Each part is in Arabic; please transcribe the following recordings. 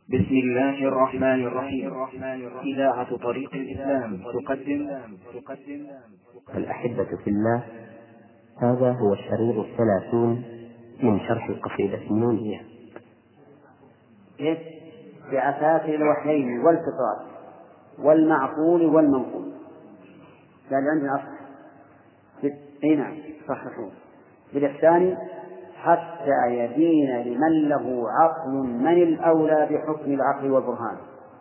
بسم الله الرحمن الرحيم. إذاعة طريق الإسلام تقدم الأحبة في الله، هذا هو الشريط 30 من شرح القصيدة النونية بعثات الوحيين والفطار والمعقول والمنقول. قال عندنا أصح نعم صححوه بالإحسان حتى يدين لمن له عقل من الأولى بحكم العقل والبرهان.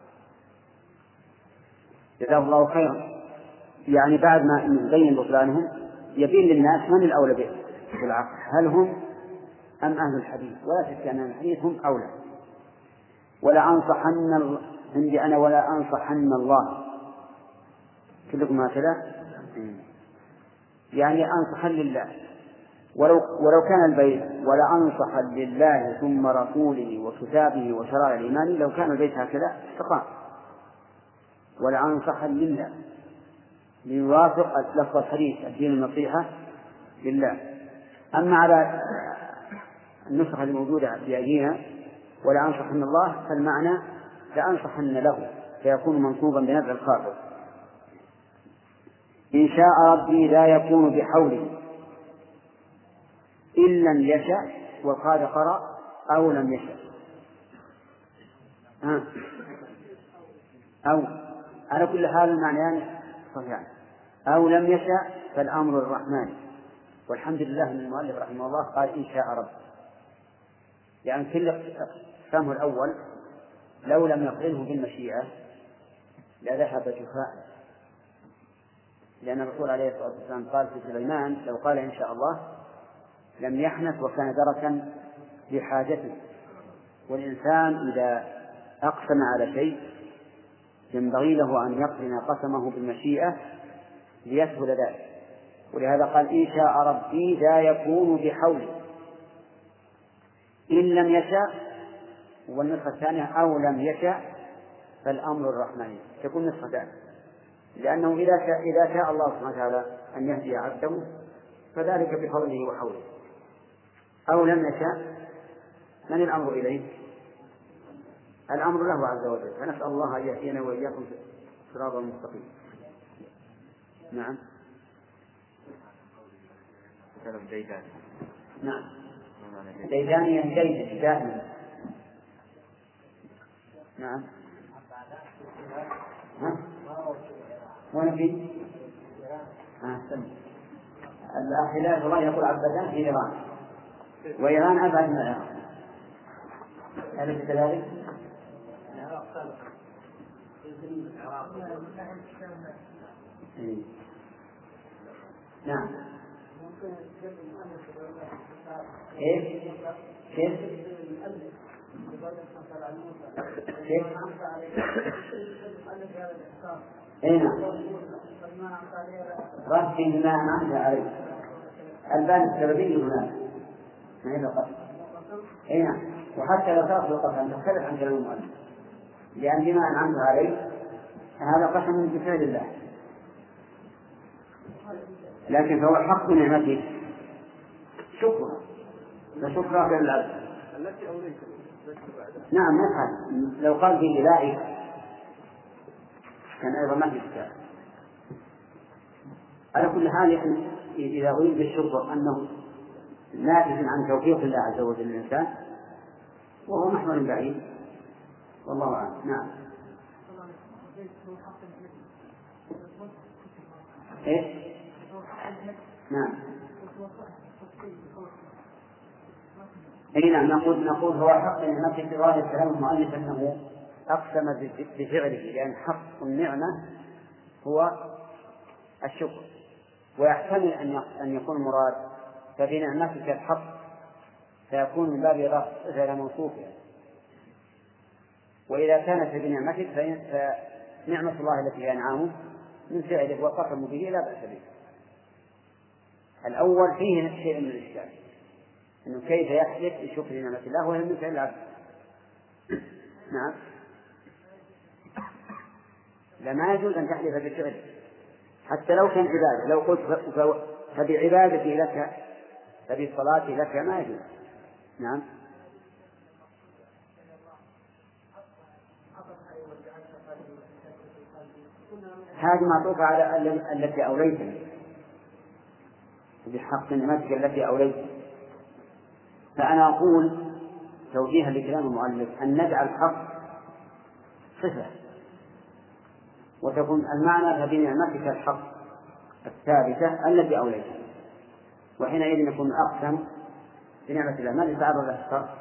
جزاه الله خيرا. يعني بعد ما نبين بطلانهم يبين للناس من الأولى بالعقل، هل هم أم أهل الحديث؟ ولا شك أن الحديث هم أولى. ولا أنصحن عندي أنا ولا أنصحن الله. كلكم هكذا؟ يعني أنصحا لله. ولو كان البيت ولا أنصحا لله ثم رسوله وكتابه وشرائع الإيمان، لو كان البيت هكذا استقام. ولا أنصحا لله ليوافق لفظ الحديث الدين النصيحة لله. أما على النسخة الموجودة في أيدينا ولا أنصحن الله، فالمعنى لأنصحن له، فيكون منصوبا بنفع الخاطر. إن شاء ربي لا يكون بحولي إن لم يشأ، وقال قرأ أو لم يشأ. أو على كل حال المعنيان صحيحان. أو لم يشأ فالأمر الرحمن. والحمد لله من المؤلف رحمه الله قال إن شاء ربي، يعني كل فهمه الأول لو لم يقرنه بالمشيئة لذهب جفاء، لأن الرسول عليه الصلاة والسلام قال في سليمان لو قال إن شاء الله لم يحنث وكان دركا لحاجته. والإنسان إذا أقسم على شيء ينبغي له أن يقرن قسمه بالمشيئة ليسهل ذلك. ولهذا قال إن شاء ربي لا يكون بحولي إن لم يشاء، والنسخة الثانية أو لم يشاء فالأمر الرحمن، تكون نسختان، لأنه إذا شاء الله سبحانه وتعالى أن يهدي عبده فذلك بفضله وحوله. أو لم يشاء من الأمر إليه؟ الأمر له عز وجل. فنسأل الله أن يهدينا وإياكم صراطا مستقيما. نعم. نعم. ديداني ينجيد دائما. نعم. وين في؟ الخلاف الله يقول عبدان في إيران، وإيران أبعد من العراق. أليس كذلك؟ نعم. كيف؟ كيف؟ كيف؟ رد بما أنعمت عليه. الباب السببي هناك ما هي القسم. نعم. وحتى لو ترك القسم تختلف عن كلام المؤلف، لأن بما أنعمت عليه هذا قسم بفعل الله، لكن فهو حق نعمته شكرا، فشكرا للعبد. نعم نفهم. لو قال في إلهي كان أيضا ما في إشكال. على كل حال إذا أريد بالشكر أنه ناتج عن توفيق الله عز وجل للإنسان وهو محمل بعيد، والله أعلم. نعم. إيه؟ نعم. أي نعم. نقول هو حق نعمته في ظاهر كلام المؤلف أنه أقسم بفعله، لأن حق النعمة هو الشكر، ويحتمل أن يكون المراد فبنعمتك الحق، فيكون من باب إضافة إلى موصوفها. وإذا كانت بنعمتك فنعمة الله التي هي أنعامه من فعله وقسم به لا بأس به. الأول فيه شيء من الإشكال، إنه كيف يحلف بشكر نعمة الله وهي من فعل العبد. نعم. لما يجوز أن تحلف بفعله حتى لو كان عبادة. لو قلت فبعبادتي لك فبصلاتي لك ما يجوز. نعم. هذه معطوفة على التي أوليتها بحق نعمتك التي أوليتها. فأنا أقول توجيها لكلام المؤلف أن نجعل الحق صفة وتكون المعنى فبنعمتك الحق الثابتة التي أوليتها، وحينئذ نكون أقسم بنعمة الله. ما يتعرض له الشر،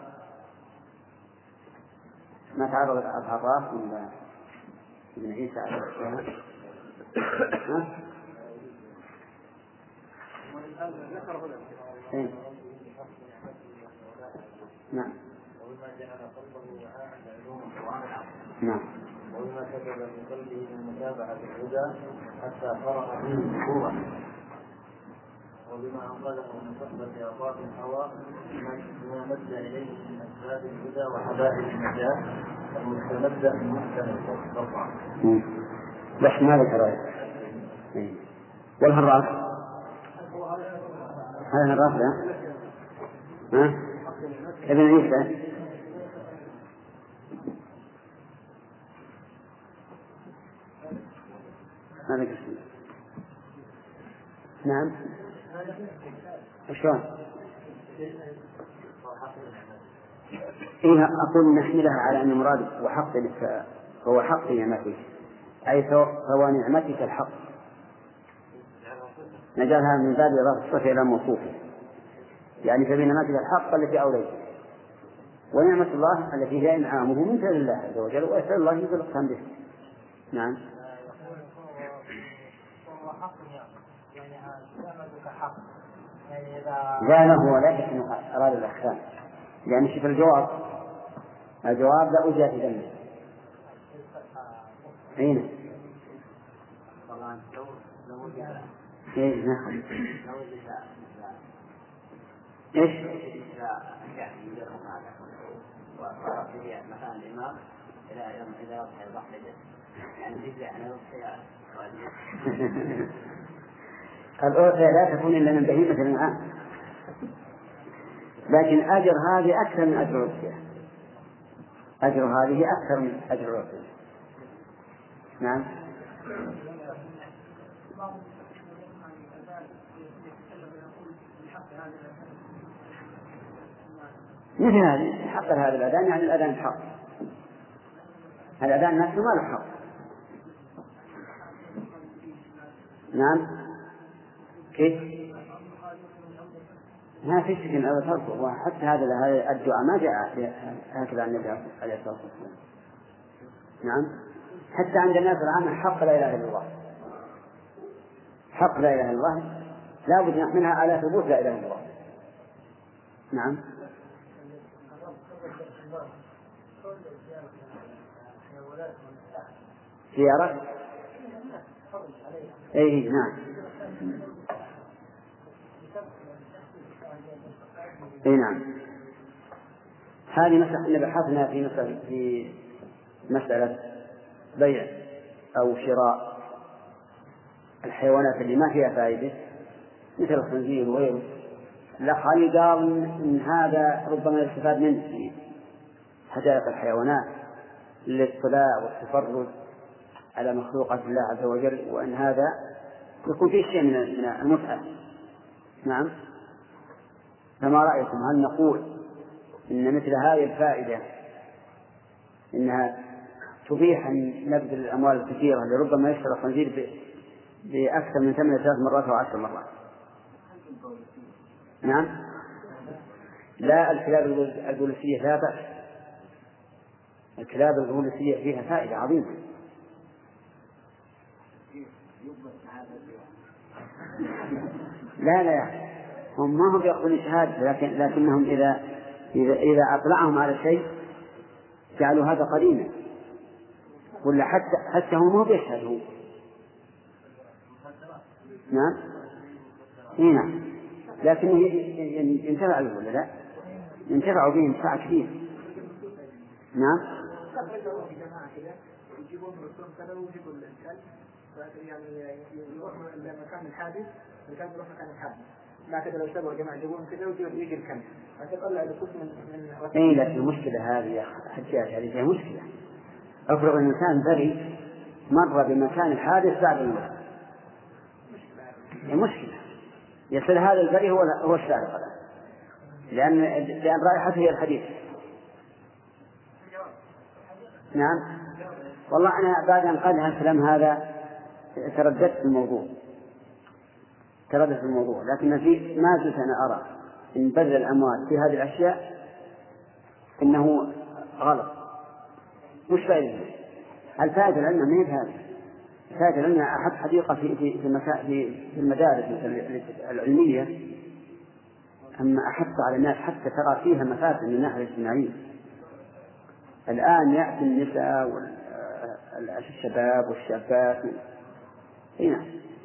ما تعرض الحراس ولا ابن عيسى عليه السلام. نعم نعم. وبما كتب من قلبه من متابعة الهدى حتى فرغ فيه ذكورا، وبما أنقذه من صحبة أطراف الهوى بما مد إليه من أسباب الهدى وحبائل النجاة المستمدة من محسن القطع. بس ما ذكر والهراس هذا الراس لا ابن عيسى هذا قسم. نعم شلون؟ إيه أقول نحملها على أن المراد وحق هو حق نعمتك، أي هو نعمتك الحق، نجعلها من باب إضافة الصفة إلى موصوفه، يعني فبنعمتك الحق التي أوليتها، ونعمة الله التي هي إنعامه من فعل الله عز وجل، ويسأل الله يطلقها به. نعم. لا هو لا شك أنه أراد الأحكام، لأن شوف الجواب لا أوجه في ذنبه. أين؟ إيه نعم. إيش؟ مكان الإمام إذا يضحي الضحية يعني يجزع عن الضحية. الأضحية لا تكون إلا من بهيمة الأنعام، لكن أجر هذه أكثر من أجر الأضحية، أجر هذه أكثر من أجر الأضحية. نعم. مثل هذه حق هذا الأذان، يعني الأذان الحق، الأذان نفسه ما له حق. نعم. كيف؟ ما في شك أو تركه، وحتى هذا الدعاء ما جاء هكذا عن النبي عليه الصلاة والسلام. نعم. حتى عند الناس العامة حق لا إله إلا الله، حق لا إله إلا الله لا بد نحملها على ثبوت لا إله إلا الله. نعم. زيارة أي نعم. أي نعم. هذه مسألة بحثنا في مسألة بيع أو شراء الحيوانات اللي ما فيها فائدة مثل الخنزير وغيره. الأخ قال إن هذا ربما يستفاد منه في حدائق الحيوانات للاطلاع والتفرج على مخلوقات الله عز وجل، وأن هذا يكون فيه شيء من المتعة. نعم. فما رأيكم؟ هل نقول إن مثل هذه الفائدة إنها تبيح أن نبذل الأموال الكثيرة اللي ربما يشترى الخنزير بأكثر من 8 3 مرات أو 10 مرات؟ نعم. لا، الكلاب البوليسية لا بأس، الكلاب البوليسية فيها فائدة عظيمة. لا هم ما هم يأخذون شهادة، لكنهم إذا أطلعهم على شيء جعلوا هذا قرينا، ولا حتى هم ما بيشهدوا. نعم. هنا لكنه ينتفع به ولا لا؟ ينتفع به انتفاع كبير. نعم. يعني يروح مكان الحادث، الكلب يروح مكان الحادث، ما كذا لو سبوا جماعة يجيبون كذا ويجي الكلب، فتطلع لكل من لكن المشكلة هذه يا حجاج، هذه فيها مشكلة. أفرض الإنسان بريء مر بمكان الحادث بعد الموت، مشكلة. يصير هذا البريء هو السارق الآن، لأن رائحته هي الحديث. نعم. والله أنا بعد أن قال الكلام هذا ترددت في الموضوع، لكن ما زلت أنا أرى إن بذل الأموال في هذه الأشياء إنه غلط. مش فائدة. الفائدة العلم ما هي هذه. الفائدة العلم أحد حديقة في المدارس العلمية، أما أحث على الناس حتى ترى فيها مفاسد من الناحية الاجتماعية. الآن يأتي النساء والشباب والشابات هنا،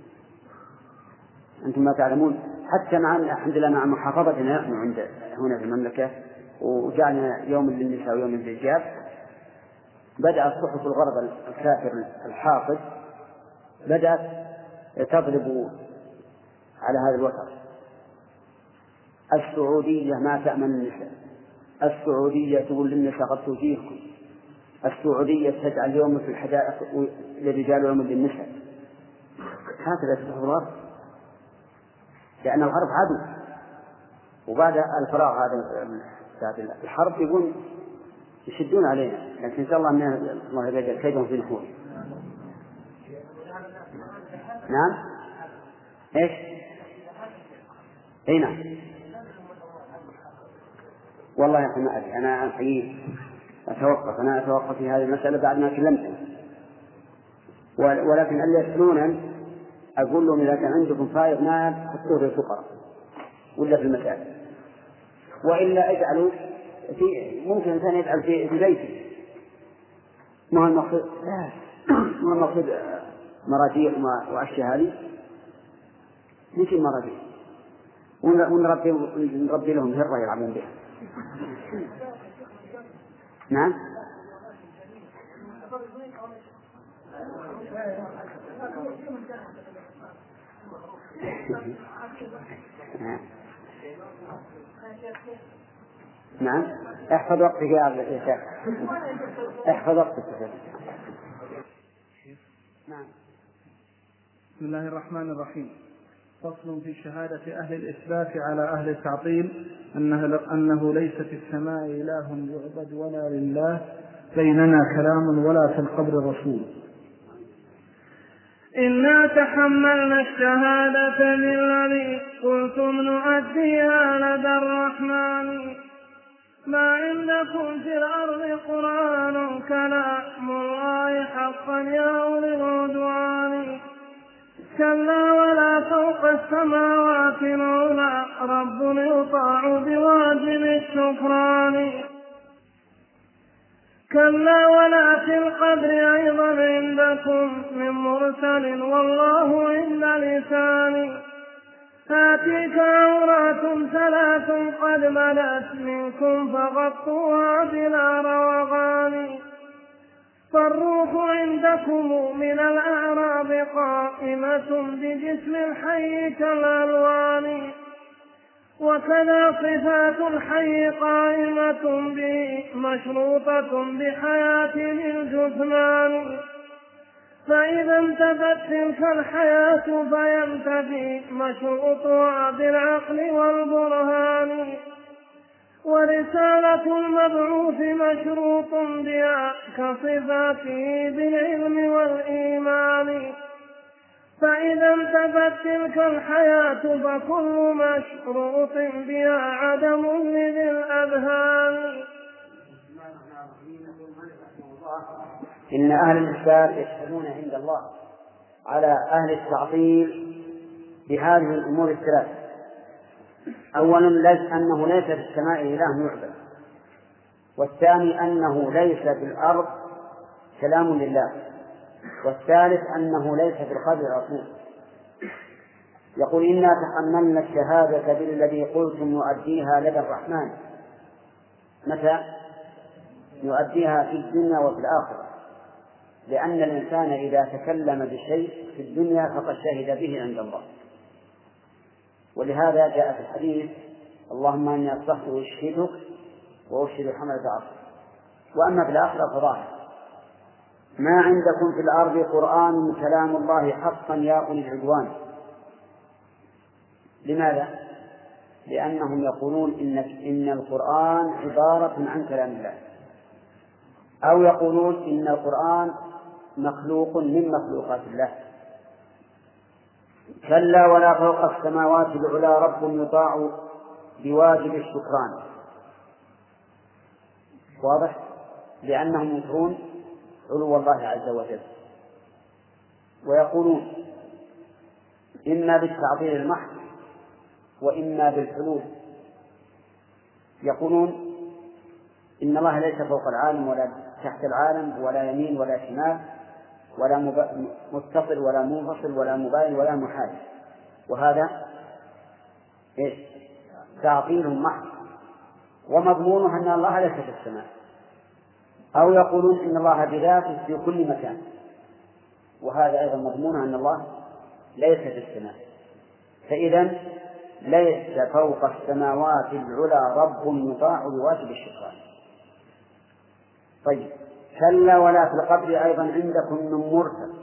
أنتم ما تعلمون، حتى مع الحمد لله مع محافظتنا نحن هنا في المملكة، وجعلنا يوم للنساء ويوم للرجال، بدأت صحف الغرب الكافر الحاقد بدأت تضرب على هذا الوتر. السعودية ما تأمن النساء، السعودية تقول للنساء قد توجيهكم، السعودية تجعل يوم في الحدائق للرجال ويوم للنساء. هكذا تصحف الغرب، لأن الغرب عدو، وبعد الفراغ هذا الحرب يقول يشدون علينا، لكن إن شاء الله أن الله يجعل كيدهم في نحور. نعم. إيش؟ أي نعم. والله يا أخي ما أدري، أنا حقيقي أتوقف في هذه المسألة بعد ما كلمتهم، ولكن اللي يسألون أقول لهم إذا كان عندكم فائض مال حطوه في الفقراء ولا في المساجد، وإلا اجعلوا ممكن إنسان يجعل في بيته. ما هو المقصود مراجيح وأشياء هذه، نجي مراجيح ونربي لهم هرة يلعبون بها. نعم. نعم. احفظ وقتك يا شيخ، احفظ وقتك يا شيخ. نعم. بسم الله الرحمن الرحيم. فصل في شهادة أهل الإثبات على أهل التعطيل أنه ليس في السماء إله يعبد ولا لله بيننا كلام ولا في القبر رسول. إنا تحملنا الشهادة بالذي قلتم نؤديها لدى الرحمن. ما عندكم في الأرض قرآن كلام الله حقا يا أولي العدوان. كلا ولا فوق السماوات العلى رب يطاع بواجب الشكران. كلا ولا في القبر أيضا عندكم من مرسل والله عند لسان. آتيك عورات ثلاث قد بدت منكم فغطوها بلا روغان. فالروح عندكم من الأعراب قائمة بجسم الحي كالألوان. وكذا صفات الحي قائمة به مشروطة بحياة الجثمان. فإذا انتفت تلك الحياة فينتفي مشروطها بالعقل والبرهان. ورسالة المبعوث مشروط بها كصفاته بالعلم والإيمان. فإذا انتفت تلك الحياة فكل مشروط بها عدم لذي الأذهان. إن أهل الإثبات يشهدون عند الله على أهل التعطيل بهذه الأمور الثلاث. أولا أنه ليس في السماء إله يعبد، والثاني أنه ليس في الأرض كلام لله، والثالث أنه ليس في القبر رسول. يقول إنا تحملنا الشهادة بالذي قلتم نؤديها لدى الرحمن. متى؟ نؤديها في الدنيا وفي الآخرة، لأن الإنسان إذا تكلم بشيء في الدنيا فقد شهد به عند الله. ولهذا جاء في الحديث اللهم إني أصبحت أشهدك وأشهد حملة عرشك. وأما في الآخرة فظاهر، ما عندكم في الأرض قرآن كلام الله حقا يا أولي العدوان. لماذا؟ لأنهم يقولون إن القرآن عبارة عن كلام الله، أو يقولون إن القرآن مخلوق من مخلوقات الله. كلا ولا فوق السماوات العلى رب يطاع بواجب الشكران. واضح؟ لأنهم ينكرون علو الله عز وجل، ويقولون إما بالتعطيل المحض وإما بالحلول. يقولون إن الله ليس فوق العالم ولا تحت العالم ولا يمين ولا شمال ولا متصل ولا منفصل ولا مباين ولا محال، وهذا تعطيل محض، ومضمونه أن الله ليس في السماء. أو يقولون إن الله بذاته في كل مكان، وهذا أيضا مضمونه أن الله ليس في السماء. فإذا ليس فوق السماوات العلى رب يطاع بواجب الشكران. طيب، كلا ولا في القبر أيضا عندكم من مرسل،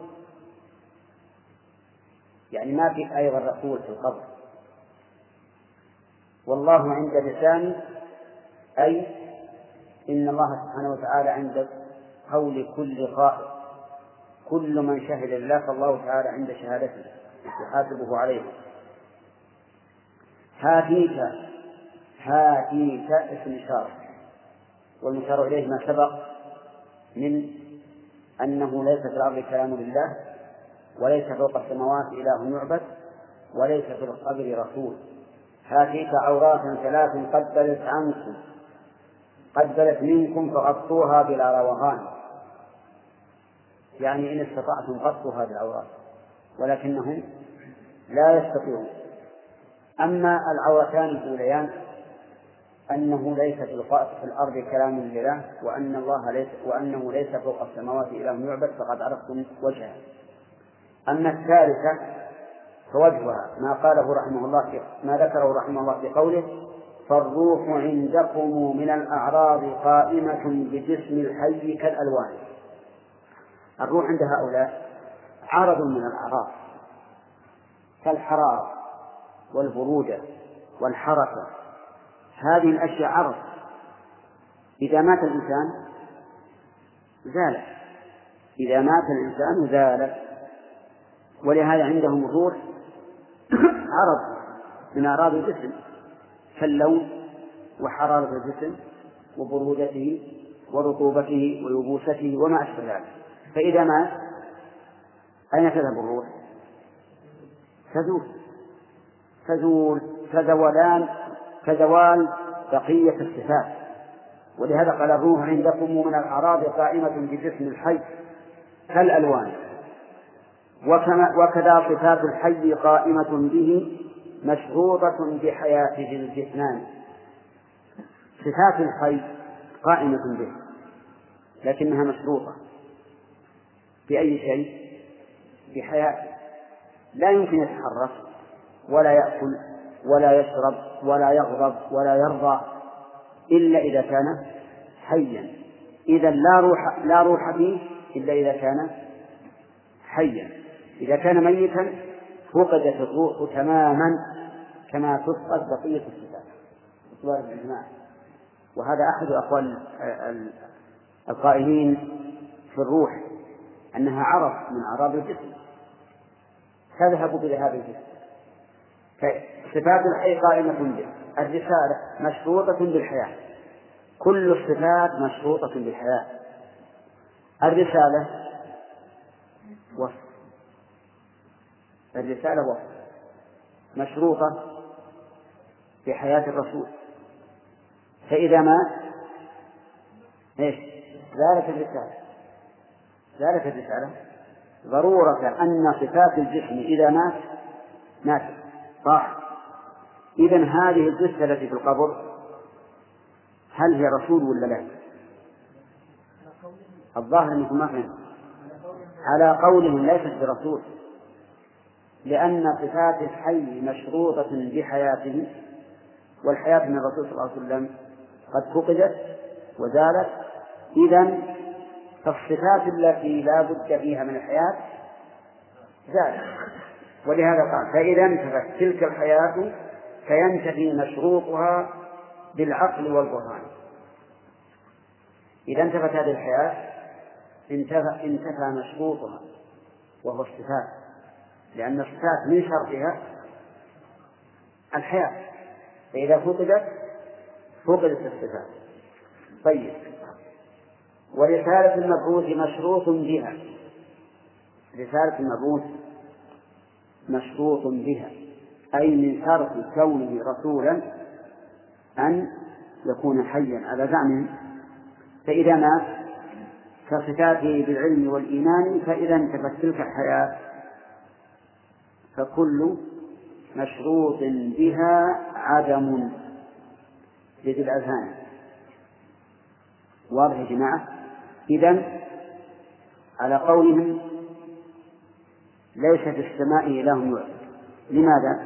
يعني ما في أيضا رسول في القبر. والله عند لسانه، أي إن الله سبحانه وتعالى عند قول كل قائل، كل من شهد لله فالله تعالى عند شهادته يحاسبه عليه. هاتيك اسم إشارة، والمشار إليه ما سبق من أنه ليس في الأرض كلام لله، وليس فوق السماوات إله يعبد، وليس في القبر رسول. هاتيك عورات ثلاث قد بلت منكم فغطوها بلا روغان، يعني إن استطعتم غطوا هذه العورات، ولكنهم لا يستطيعون. أما العورتان الأوليان أنه ليس في الأرض كلام لله، وأنه ليس فوق السماوات إله يعبد، فقد عرفتم وجهها. أما الثالثة فوجهها ما ذكره رحمه الله في قوله فالروح عندكم من الأعراض قائمة بجسم الحي كالألوان. الروح عند هؤلاء عرض من الأعراض كالحرارة والبرودة والحركة، هذه الأشياء عرض. إذا مات الإنسان زالت، إذا مات الإنسان زالت. ولهذا عندهم الروح عرض من أعراض الجسم كاللون وحرارة الجسم وبرودته ورطوبته ويبوسته وما أشبه ذلك. فإذا مات أين تذهب الروح؟ تزول كزوال بقية الصفات. ولهذا قال الروح عندكم من الأعراض قائمة بجسم الحي كالألوان، وكذا صفات الحي قائمة به مشروطة بحياته الجسمان. صفات الحي قائمة به لكنها مشروطة بأي شيء؟ بحياته. لا يمكن يتحرك ولا يأكل ولا يشرب ولا يغضب ولا يرضى إلا إذا كان حيا. إذا لا روح فيه إلا إذا كان حيا. إذا كان ميتا فقدت الروح تماما كما تفقد بقية الصفات. وهذا أحد أقوال القائلين في الروح أنها عرض من أعراض الجسم تذهب بذهاب الجسم. صفات الحي قائمة به. الرسالة مشروطة بالحياة، كل الصفات مشروطة بالحياة. الرسالة وصف، مشروطة بحياة الرسول. فإذا مات ذلك الرسالة ضرورة أن صفات الجسم إذا مات صح. إذن هذه الجثة التي في القبر هل هي رسول ولا لا؟ الظاهر أنكم ما فهمتم. على قولهم ليست برسول، لأن صفات الحي مشروطة بحياته، والحياة من الرسول صلى الله عليه وسلم قد فقدت وزالت. إذن فالصفات التي لا بد فيها من الحياة زالت. ولهذا قال فإذا انتفت تلك الحياة فينتفي مشروطها بالعقل والبرهان. إذا انتفت هذه الحياة انتفى مشروطها وهو الصفات، لأن الصفات من شرطها الحياة، فإذا فقدت الصفات. طيب، ورسالة المبعوث مشروط بها، رسالة المبعوث مشروط بها، أي من شرط كونه رسولا أن يكون حيا على زعمه، فإذا مات كصفاته بالعلم والإيمان، فإذا انتفت تلك الحياة فكل مشروط بها عدم لذي الأذهان. واضح يا جماعة؟ إذن على قولهم ليس في السماء إله يعبد، لماذا؟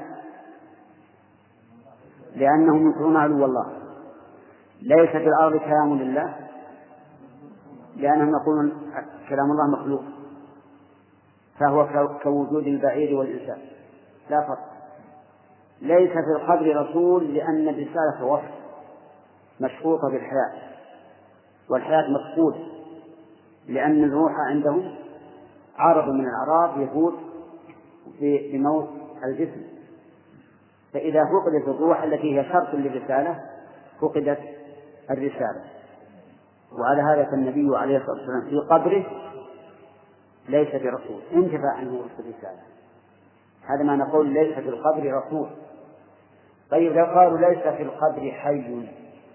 لأنهم ينكرون علو الله. ليس في الأرض كلام لله، لأنهم يقولون كلام الله مخلوق، فهو كوجود البعير والإنسان لا فرق. ليس في القبر رسول، لأن الرسالة وصف مشروطة بالحياة، والحياة مفقودة، لأن الروح عندهم عرض من الأعراض يفوت بموت الجسم، فإذا فقدت الروح التي هي شرط للرسالة فقدت الرسالة. وعلى هذا فالنبي عليه الصلاة والسلام في قبره ليس برسول، انتفى عنه وصف الرسالة. هذا ما نقول ليس في القبر رسول. طيب لو قالوا ليس في القبر حي،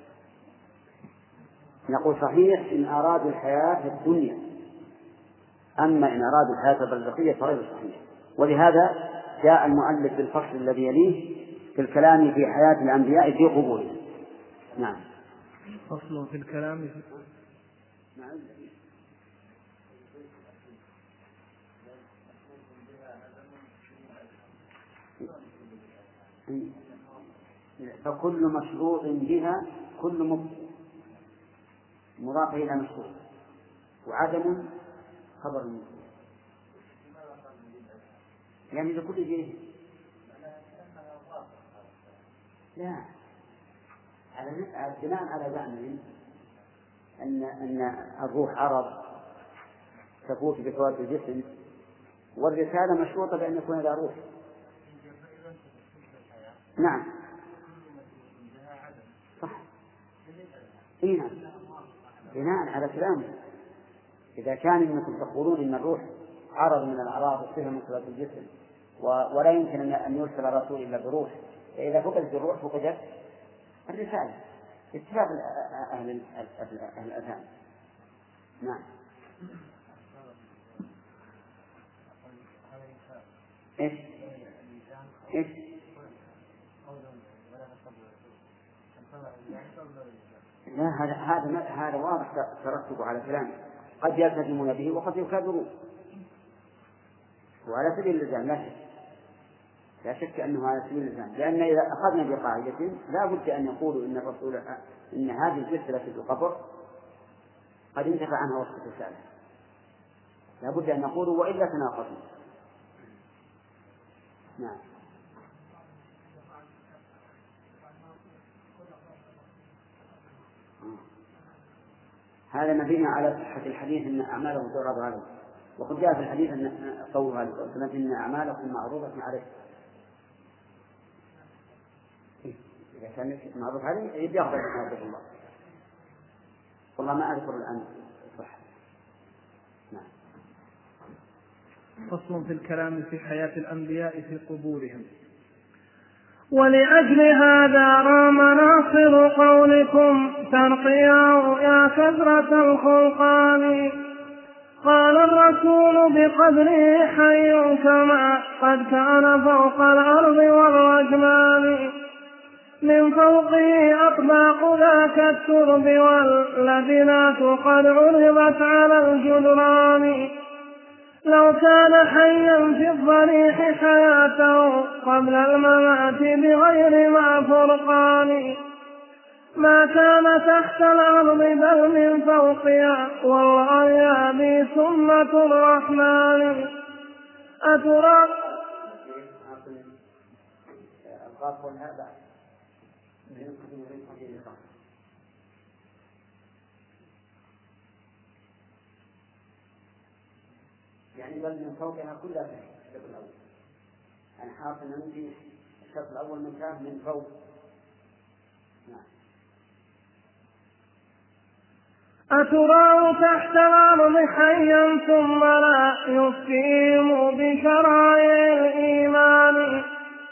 نقول صحيح إن أرادوا الحياة في الدنيا، أما إن أرادوا الحياة البرزخية فغير صحيح. ولهذا جاء المؤلف بالفصل الذي يليه في الكلام في حياة الأنبياء في قبورهم. نعم. فصل في الكلام في... فكل مشروط بها كل مضاف إلى مشروط، وعدم خبر المشروط، يعني لكل شيء. لا، على بناء على زعمهم أن الروح عرض تفوت بفوات الجسم، والرسالة مشروطة بأن يكون لها روح. نعم صح. نعم، بناء على كلامه. إذا كان إنكم تقولون إن الروح عرض من الأعراض وصفة من صفات الجسم ولا يمكن أن يرسل الرسول إلا بروح، فإذا فقدت الروح فقدت الرسالة، اتفاق أهل الأذهان. نعم. إيش؟ لا، هذا واضح ترتب على كلامه. قد يلتزمون به وقد يكابرون، وعلى سبيل الإلزام لا شك أنه على سبيل الإلزام، لأن إذا أخذنا بقاعدة لا بد أن يقولوا إن الرسول إن هذه الجثة التي في القبر قد انتفع عنها وصف الرسالة، لا بد أن يقولوا، وإلا تناقضوا. نعم. هذا مبني على صحة الحديث أن أعمالهم تعرض عليه، وقد جاء في الحديث أن قوله عليه الصلاة والسلام إن أعمالكم معروضة عليه. إذا كان معروف عليه يبي يأخذ بحمد الله، والله ما أذكر الآن صح. نعم. فصل في الكلام في حياة الأنبياء في قبورهم. ولأجل هذا رام ناصر قولكم ترقياه يا كثرة الخلقان. قال الرسول بقدره حي كما قد كان فوق الأرض والرجمان، من فوقه أطباق ذاك الترب واللبنات قد عرضت على الجدران. لو كان حيا في الضريح حياته قبل الممات بغير ما فرقان، ما كان تحت الأرض بل من فوقها والله هذه سنة الرحمن. أترى يعني بل من فوقها كلها في الشرط الأول، يعني حاصل عندي الشرط الأول مكان من فوق. أتراه تحت الأرض حيا ثم لا يفتهم بشرائع الإيمان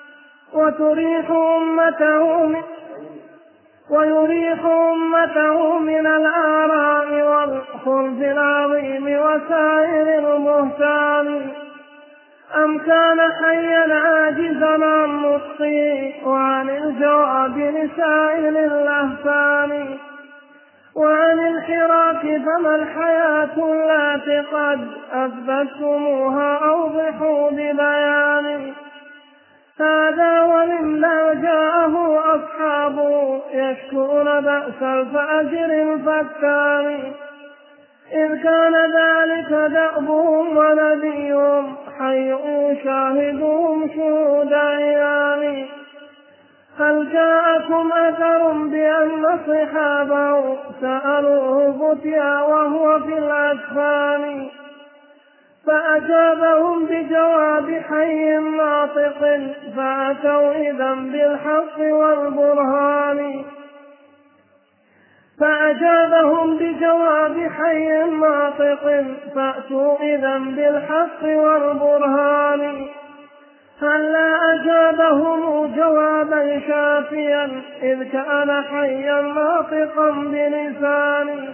ويريح أمته من الآراء والخلف العظيم وسائر المهتام. أم كان حيا عاجزا عن نطقه وعن الجواب لسائل اللهفان وعن الحراك، فما الحياة التي قد أثبتتموها أوضحوا ببيان. هذا ولما جاءه أصحابه يشكون بأس الفاجر الفتان، إذ كان ذلك دأبهم ونبيهم حي يشاهدهم شهود عيان. هل جاءكم أثر بأن صحابه سألوه فتيا وهو في الأكفان فأجابهم بجواب حي ناطق فأتوا إذا بالحق والبرهان فأجابهم بجواب حي ناطق فأتوا إذا بالحق والبرهان. هلا أجابهم جوابا شافيا إذ كان حيا ناطقا بلسانه.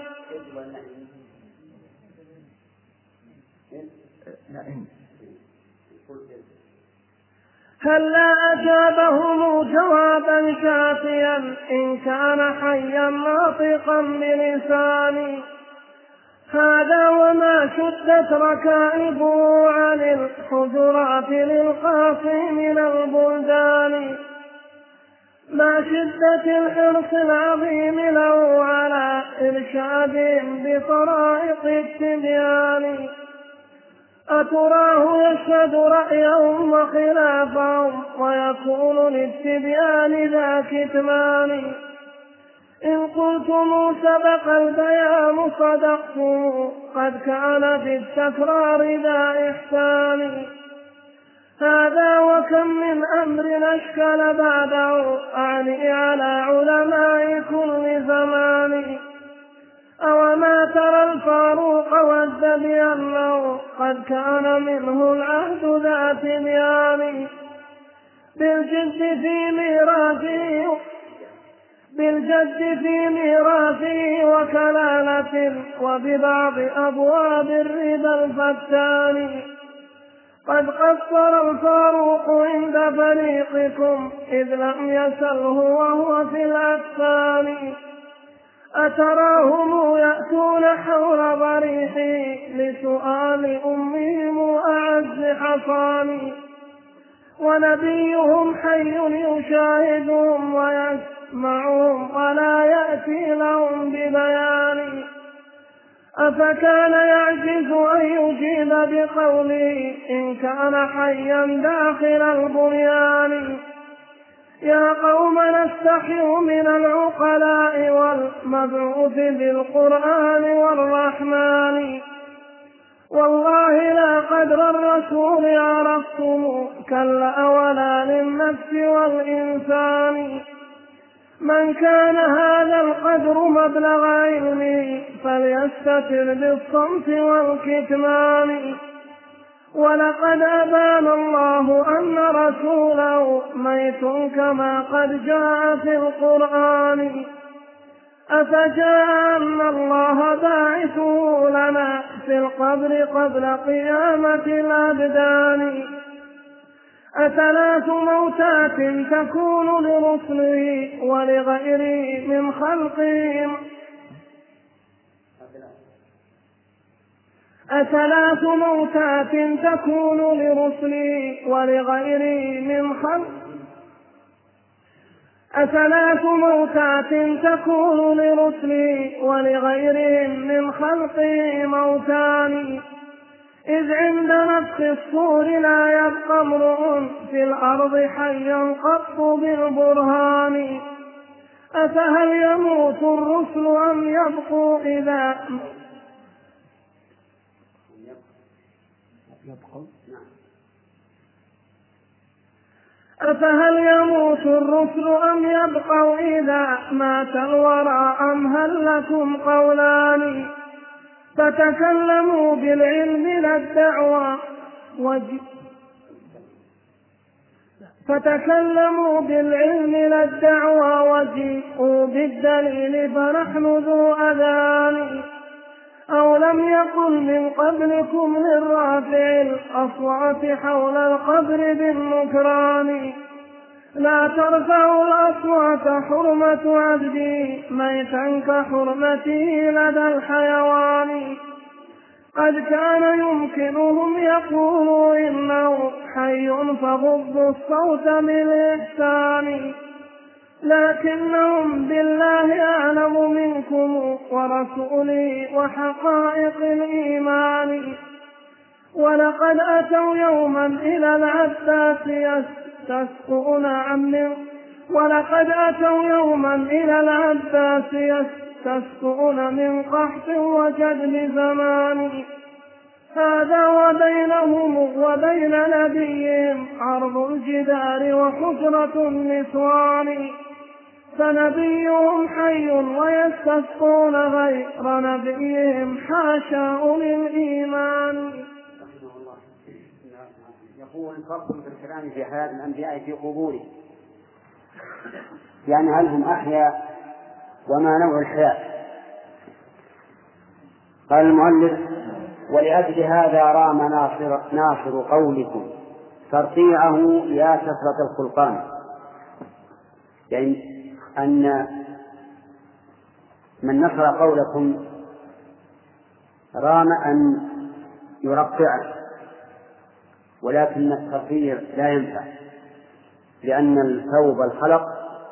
هلا أجابهم جوابا شافيا إن كان حيا ناطقا بلسانه. هذا وما شدت ركائبه عن الحجرات للقاصي من البلدان، ما شدة الحرص العظيم له على إرشادهم بطرائق التبيان. أتراه يشهد رأيهم وخلافهم ويكون للتبيان ذا كتمان. إن قلتم سبق البيان صدقتم قد كان في التكرار ذا إحسان. هذا وكم من أمر أشكل بعده أعني على علماء كل زمان. أوما ترى الفاروق ود بأنه قد كان منه العهد ذا تبيان بالجد في ميراثه وكلالة وببعض أبواب الربا الفتان. قد قصر الفاروق عند فريقكم إذ لم يسله وهو في الأكفان. أتراهم يأتون حول ضريحه لسؤال أمهم أعز حصان. ونبيهم حي يشاهدهم ويسمعهم ولا يأتي لهم ببيان. أفكان يعجز أن يجيب بقوله إن كان حيا داخل البنيان. يا قوم نستحي من العقلاء والمبعوث بالقرآن والرحمن. والله لا قدر الرسول عرفتم كلا ولا للنفس والإنسان. من كان هذا القدر مبلغ علمه فليستتر بالصمت والكتمان. ولقد أبان الله أن رسوله ميت كما قد جاء في القرآن. أفجاء أن الله باعثه لنا في القبر قبل قيامة الأبدان. أثلاث موتات تكون لرسله ولغيره من خلقهم. أثلاث موتات تكون لرسله ولغيره من خلقهم. أثلاث موتات تكون لرسلي ولغيرهم من خلقي موتان إذ عند نفخ الصور لا يبقى امرؤ في الأرض حيا قط بالبرهان أفهل يموت الرسل أم يبقوا إذا أفهل يموت الرسل أم يبقوا إذا مات الورى أم هل لكم قولان فتكلموا بالعلم لا الدعوى وجيئوا بالدليل فنحن ذو أذان أو لم يقل من قبلكم للرافع الأصوات حول القبر بالنكران لا ترفعوا الأصوات حرمة عبدي ميتا كحرمتي لدى الحيوان قد كان يمكنهم يقولوا إنه حي فغضوا الصوت بالإحسان لكنهم بالله أعلم منكم ورسولي وحقائق الإيمان ولقد أتوا يوما إلى العباس يستسقون من قحط وجدب زمان هذا وبينهم وبين نبيهم عرض الجدار وحجرة النسوان فنبيهم حي ويستسقون غير نبيهم حاشا للإيمان. يقول فرق في الكلام في حياة الأنبياء في قبورهم يعني هل هم أحياء وما نوع الحياة. قال المؤلف ولأجل هذا رام ناصر قولكم ترطيعه يا كثرة الخلقان يعني أن من نصر قولكم رام أن يرقعه ولكن الترقيع لا ينفع لأن الثوب الخلق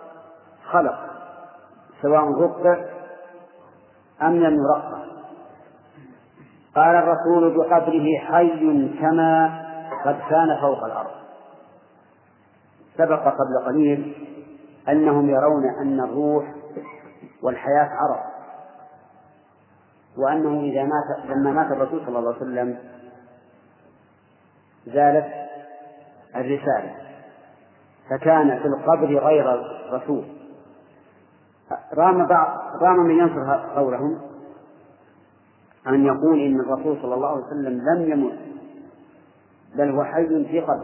سواء رقع أم لم يرقع. قال الرسول بقدره حي كما قد كان فوق الأرض. سبق قبل قليل أنهم يرون أن الروح والحياة عرض وأنه إذا لما مات الرسول صلى الله عليه وسلم زالت الرسالة فكان في القبر غير الرسول. رام من ينصر قولهم أن يقول إن الرسول صلى الله عليه وسلم لم يمت بل هو حي في قبر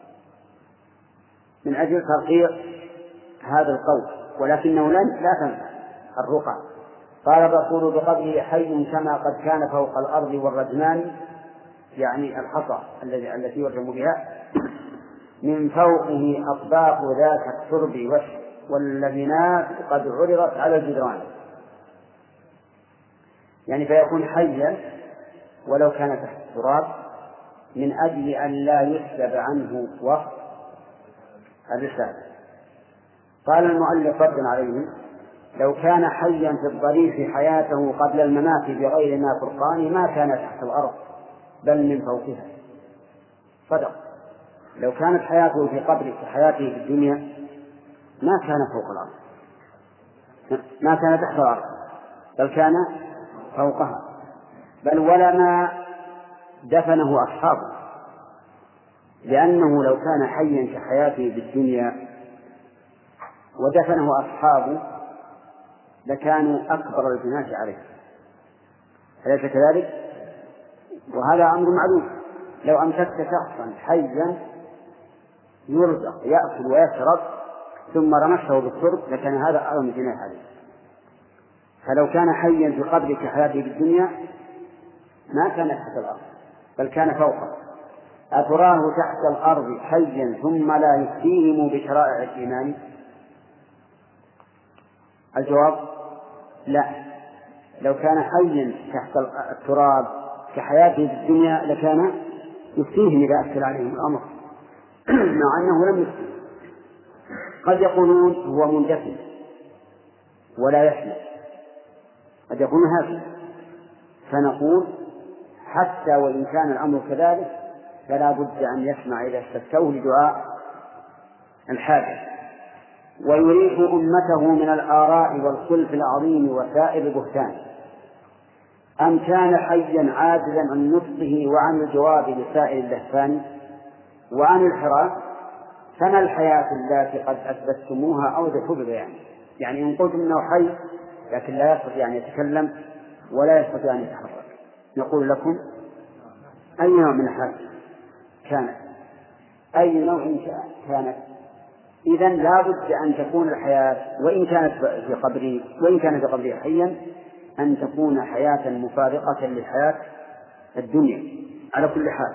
من أجل ترقيع هذا القول ولكنه لا تنفع الرقع. قال الرسول بقبره حي كما قد كان فوق الأرض والرجمان يعني الحصى التي يرجم بها من فوقه أطباق ذات الترب واللبنات قد عرضت على الجدران يعني فيكون حيا ولو كان تحت التراب من أجل أن لا يسلب عنه وقت الرسالة. قال المؤلف ردا عليه لو كان حيا في الضريح حياته قبل الممات بغير ما فرقان ما كان تحت الأرض بل من فوقها. صدق لو كانت حياته في قبره كحياته في الدنيا ما كان فوق الأرض ما كان تحت الأرض بل كان فوقها بل ولما دفنه أصحابه لأنه لو كان حيا كحياته في الدنيا ودفنه أصحابه لكانوا أكبر الجناة عليه أليس كذلك؟ وهذا أمر معلوم لو أمسكت شخصا حيا يرزق يأكل ويشرب ثم رمشه بالترب لكان هذا أعظم الجناة عليه. فلو كان حيا في قبره كحياته في الدنيا ما كان تحت الأرض بل كان فوقه. أتراه تحت الأرض حيا ثم لا يفتيهم بشرائع الإيمان؟ الجواب لا. لو كان حيا تحت التراب كحياته في الدنيا لكان يفتيهم إذا أشكل عليهم الأمر مع أنه لم يفتي. قد يقولون هو مندفن ولا يسمع، قد يقولون هذا، فنقول حتى وإن كان الأمر كذلك فلا بد أن يسمع إذا استفتوه لدعاء الحاجة. ويريح أمته من الآراء والخلف العظيم وسائر البهتان. أم كان حيا عاجزا عن نطقه وعن الجواب لسائر اللهفان وعن الحراك، فما الحياة التي قد أثبتتموها أوضحوا ببيان. يعني إن قلتم إنه حي لكن لا يستطيع أن يتكلم ولا يستطيع أن يتحرك، نقول لكم أي نوع من الحياة كانت، أي نوع كانت. إذن لا بد أن تكون الحياة وإن كانت في قبره حيا أن تكون حياة مفارقة للحياة الدنيا على كل حال.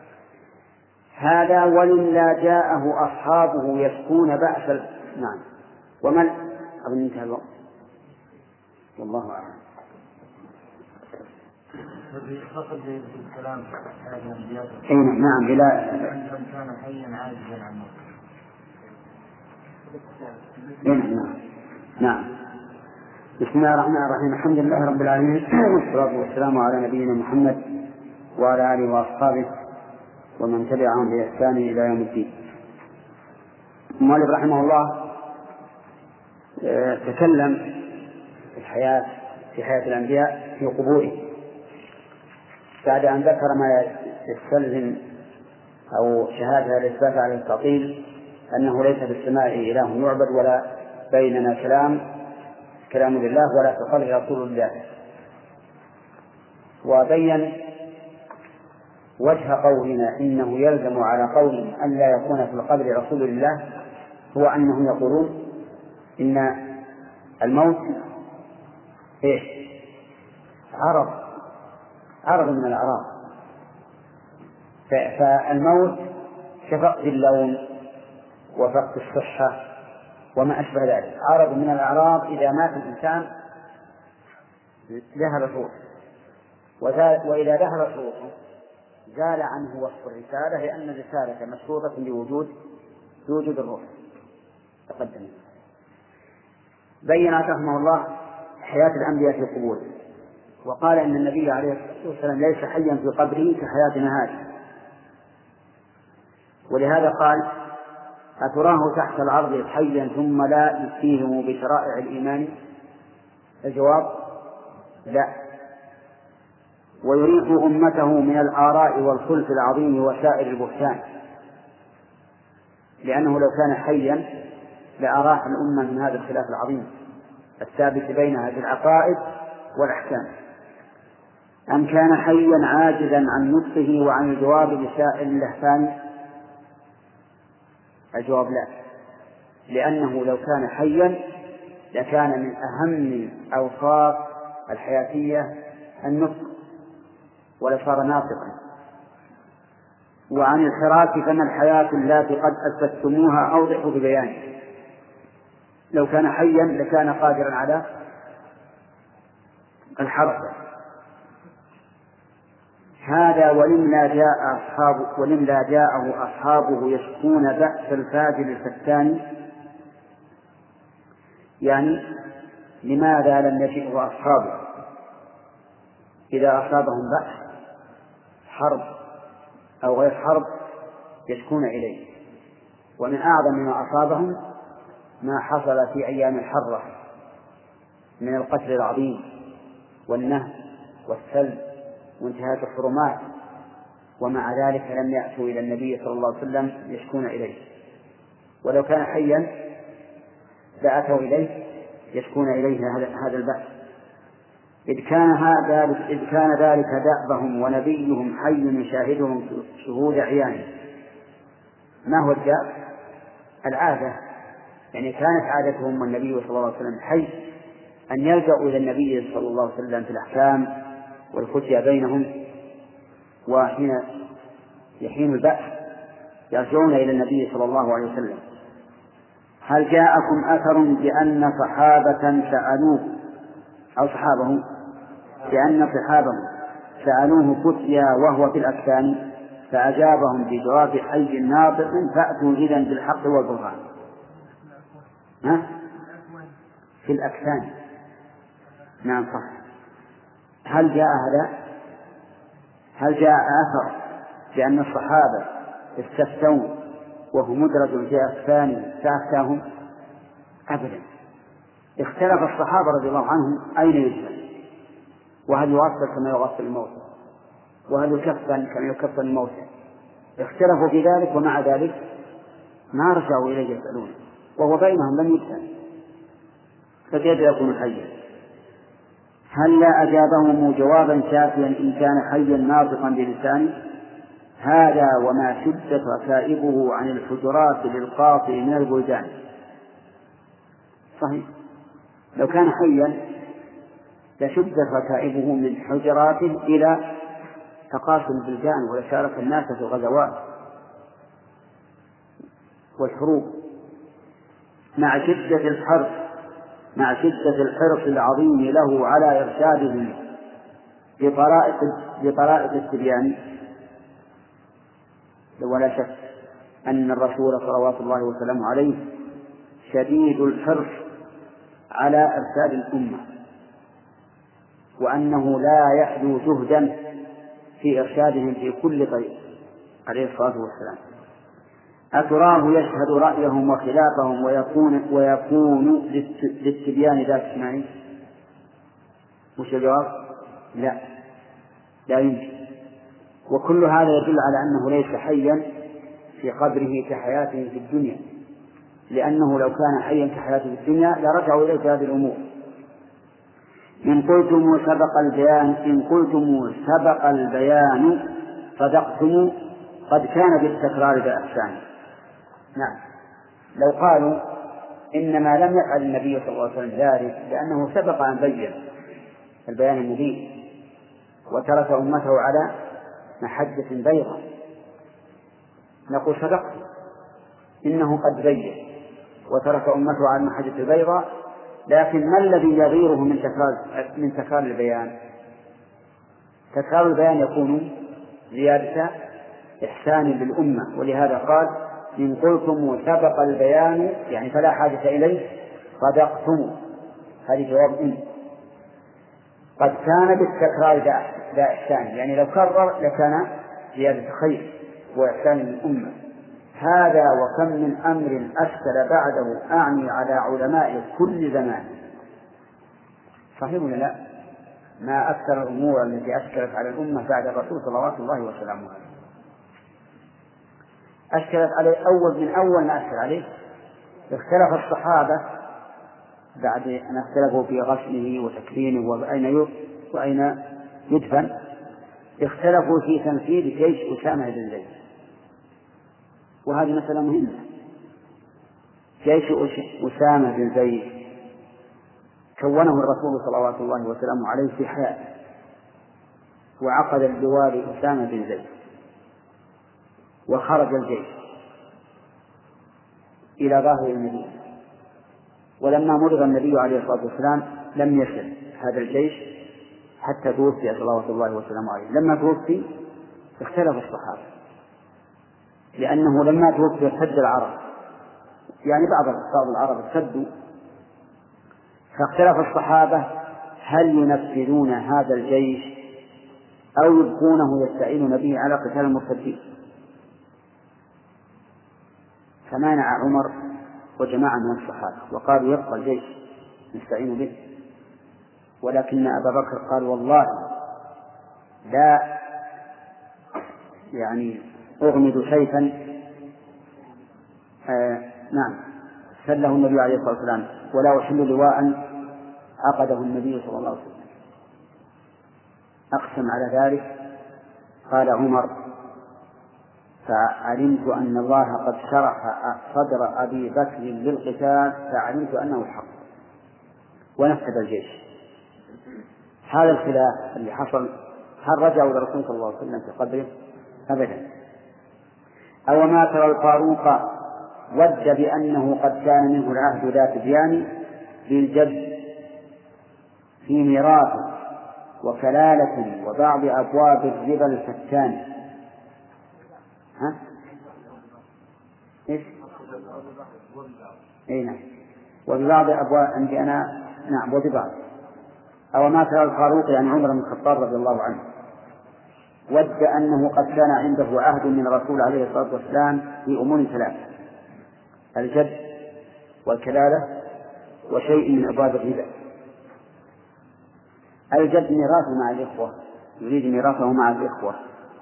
هذا ولما جاءه أصحابه يشكون بأس نعم. ومن أظن انتهى الوقت والله أعلم. نعم بلا كان حيا عاجزا عنه. نعم. بسم الله الرحمن الرحيم. الحمد لله رب العالمين، والصلاة والسلام على نبينا محمد وعلى آله وأصحابه ومن تبعهم بإحسان إلى يوم الدين. المؤلف رحمه الله تكلم في حياة الأنبياء في قبوره بعد أن ذكر ما يستلزم أو شهادة الإثبات على التعطيل أنه ليس في السماء إله يعبد ولا بيننا كلام لله ولا في قبر رسول الله. وبين وجه قولنا إنه يلزم على قول أن لا يكون في القبر رسول الله هو أنهم يقولون إن الموت عرض من الأعراض، فالموت كفقد اللون وفقد الصحة وما أشبه ذلك، عرض من الأعراض. إذا مات الإنسان ذهب روحه، وإذا ذهب روحه زال عنه وصف الرسالة، لأن الرسالة مشروطة بوجود الروح. تقدم بين رحمه الله حياة الأنبياء في القبور، وقال إن النبي عليه الصلاة والسلام ليس حيا في قبره كحياتنا هذه، ولهذا قال أتراه تحت العرض حيا ثم لا يفتيهم بشرائع الإيمان؟ الجواب لا. ويريح أمته من الآراء والخلف العظيم وسائر البهتان، لأنه لو كان حيا لأراح الأمة من هذا الخلاف العظيم الثابت بينها في العقائد والأحكام. أم كان حيا عاجزا عن نطقه وعن الجواب لسائر اللهفان؟ الجواب لا، لأنه لو كان حيا لكان من أهم أوصاف الحياتية النطق ولصار ناطقا. وعن الحراك فما الحياة التي قد أثبتتموها أوضحوا ببيان. لو كان حيا لكان قادرا على الحركة. هذا ولما جاءه أصحابه يشكون بأس الفاجر الفتان. يعني لماذا لم يجئه أصحابه إذا أصابهم بأس حرب أو غير حرب يشكون إليه؟ ومن أعظم ما أصابهم ما حصل في أيام الحرة من القتل العظيم والنهب والسلب وانتهاك الحرمات، ومع ذلك لم يأتوا إلى النبي صلى الله عليه وسلم يشكون إليه. ولو كان حيا لأتوا إليه يشكون إليه هذا البأس، إذ كان ذلك دأبهم ونبيهم حي يشاهدهم شهود عيانه. ما هو الدأب؟ العادة، يعني كانت عادتهم والنبي صلى الله عليه وسلم حي أن يلجأوا إلى النبي صلى الله عليه وسلم في الأحكام والفتيا بينهم، وحين يحين البأس يرجعون إلى النبي صلى الله عليه وسلم. هل جاءكم أثر بأن صحابة سألوه أو صحابه بأن صحابه سألوه فتيا وهو في الأكفان فأجابهم بجواب حي ناطق فأتوا إذن بالحق والبرهان؟ في الأكفان. نعم صح. هل جاء أثر بأن الصحابة استفتون وهو مدرج في أكفان فأفتاهم؟ أبدا. اختلف الصحابة رضي الله عنهم أين يدفن، وهل يغسل كما يغسل الموتى، وهل يكفن كما يكفن الموتى. اختلفوا في ذلك، ومع ذلك ما رجعوا إليه يسألون وهو بينهم لم يدفن، فكيف يكون حيا؟ هل لا أجابهم جوابا شافيا إن كان حيا ناطقا بلسانه؟ هذا وما شدت ركائبه عن الحجرات للقاطع من البلدان. صحيح، لو كان حيا لشدت ركائبه من حجراته إلى تقاسم البلدان ولشارك الناس في الغزوات والحروب، مع شدة الحرص العظيم له على إرشادهم بطرائق التبيان. ولا شك أن الرسول صلوات الله وسلامه عليه شديد الحرص على إرشاد الأمة، وأنه لا يحدو جهدا في إرشادهم في كل طريق عليه الصلاة والسلام. أتراه يشهد رأيهم وخلافهم ويكون للتبيان ذات اسماعيل؟ مش الجواب؟ لا يمكن. وكل هذا يدل على أنه ليس حيا في قبره كحياته في الدنيا، لأنه لو كان حيا كحياته في الدنيا لرجعوا إليه في هذه الأمور. إن قلتم سبق البيان صدقتم قد كان بالتكرار بإحسان. نعم، لو قالوا إنما لم يفعل النبي صلى الله عليه وسلم ذلك لأنه سبق أن بين البيان المبين وترك أمته على محجة بيضاء، نقول صدقت، إنه قد بين وترك أمته على المحجة البيضاء، لكن ما الذي يغيره من تكرار البيان؟ تكرار البيان يكون زيادة إحسان للأمة، ولهذا قال إن قلتم سبق البيان يعني فلا حاجة إليه صدقتم. هذه جواب إن قد كان بالتكرار ذا إحسان، يعني لو كرر لكان زيادة خير وإحسان للأمة. هذا وكم من أمر أشكل بعده أعني على علماء كل زمان. صحيح ولا لا؟ ما أكثر الأمور التي أشكلت على الأمة بعد الرسول صلوات الله وسلامه عليه. أشكلت عليه من أول ما أشكل عليه. اختلف الصحابة بعد أن اختلفوا في غسله وتكفينه وأين يدفن، اختلفوا في تنفيذ جيش أسامة بن زيد، وهذه مسألة مهمة. جيش أسامة بن زيد كونه الرسول صلوات الله وسلامه عليه في حياته، وعقد الجوار أسامة بن زيد، وخرج الجيش إلى ظاهر المدينة. ولما مرض النبي عليه الصلاة والسلام لم يصل هذا الجيش حتى توفي صلوات الله وسلامه عليه. لما توفي اختلف الصحابة، لأنه لما توفي ارتد العرب، يعني بعض العرب ارتدوا، فاختلف الصحابة هل ينفذون هذا الجيش أو يبقونه يستعينون به على قتال المرتدين. فمانع عمر وجماعة من الصحابة وقالوا يبقى الجيش نستعين به، ولكن أبا بكر قال والله لا أغمد سيفا سله النبي عليه الصلاة والسلام ولا أحل لواء عقده النبي صلى الله عليه وسلم. أقسم على ذلك. قال عمر فعلمت أن الله قد شرح صدر أبي بكر للقتال فعلمت أنه الحق، ونفذ الجيش. هذا الخلاف اللي حصل هل رجعوا إلى الرسول صلى الله عليه وسلم في قبره؟ أبدا. أو ما ترى الفاروق ود بأنه قد كان منه العهد ذات بيان بالجد في ميراث وكلالة وبعض أبواب الربا الفتان. إيش؟ نعم. وببعض أبواب عندي أنا نعم وببعض. أو ما ترى الفاروق يعني عمر بن الخطاب رضي الله عنه ود أنه قد كان عنده عهد من الرسول عليه الصلاة والسلام في أمور ثلاث: الجد والكلالة وشيء من أبواب الربا. الجد ميراثه مع الإخوة، يريد ميراثه مع الإخوة،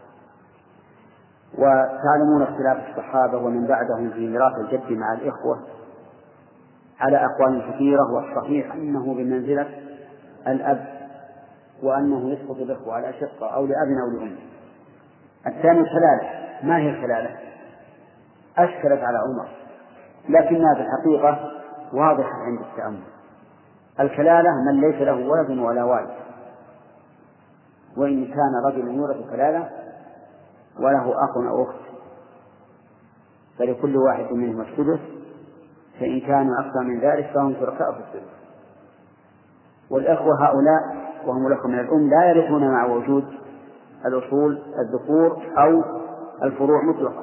وتعلمون اختلاف الصحابة ومن بعدهم في ميراث الجد مع الإخوة على أقوال كثيرة، والصحيح أنه بمنزلة الأب، وأنه يسقط الإخوة على شقة أو لأب أو لأم. الثاني الكلالة. ما هي الكلالة؟ أشكلت على عمر لكنها في الحقيقة واضحة عند التأمل. الكلالة من ليس له ولد ولا والد، وإن كان رجل يورث كلالة وله أخ أو أخت فلكل واحد منهم السدس، فإن كانوا أكثر من ذلك فهم شركاء في السدس. والإخوة هؤلاء وهم الأخوة من الأم لا يرثون مع وجود الأصول الذكور أو الفروع مطلقا.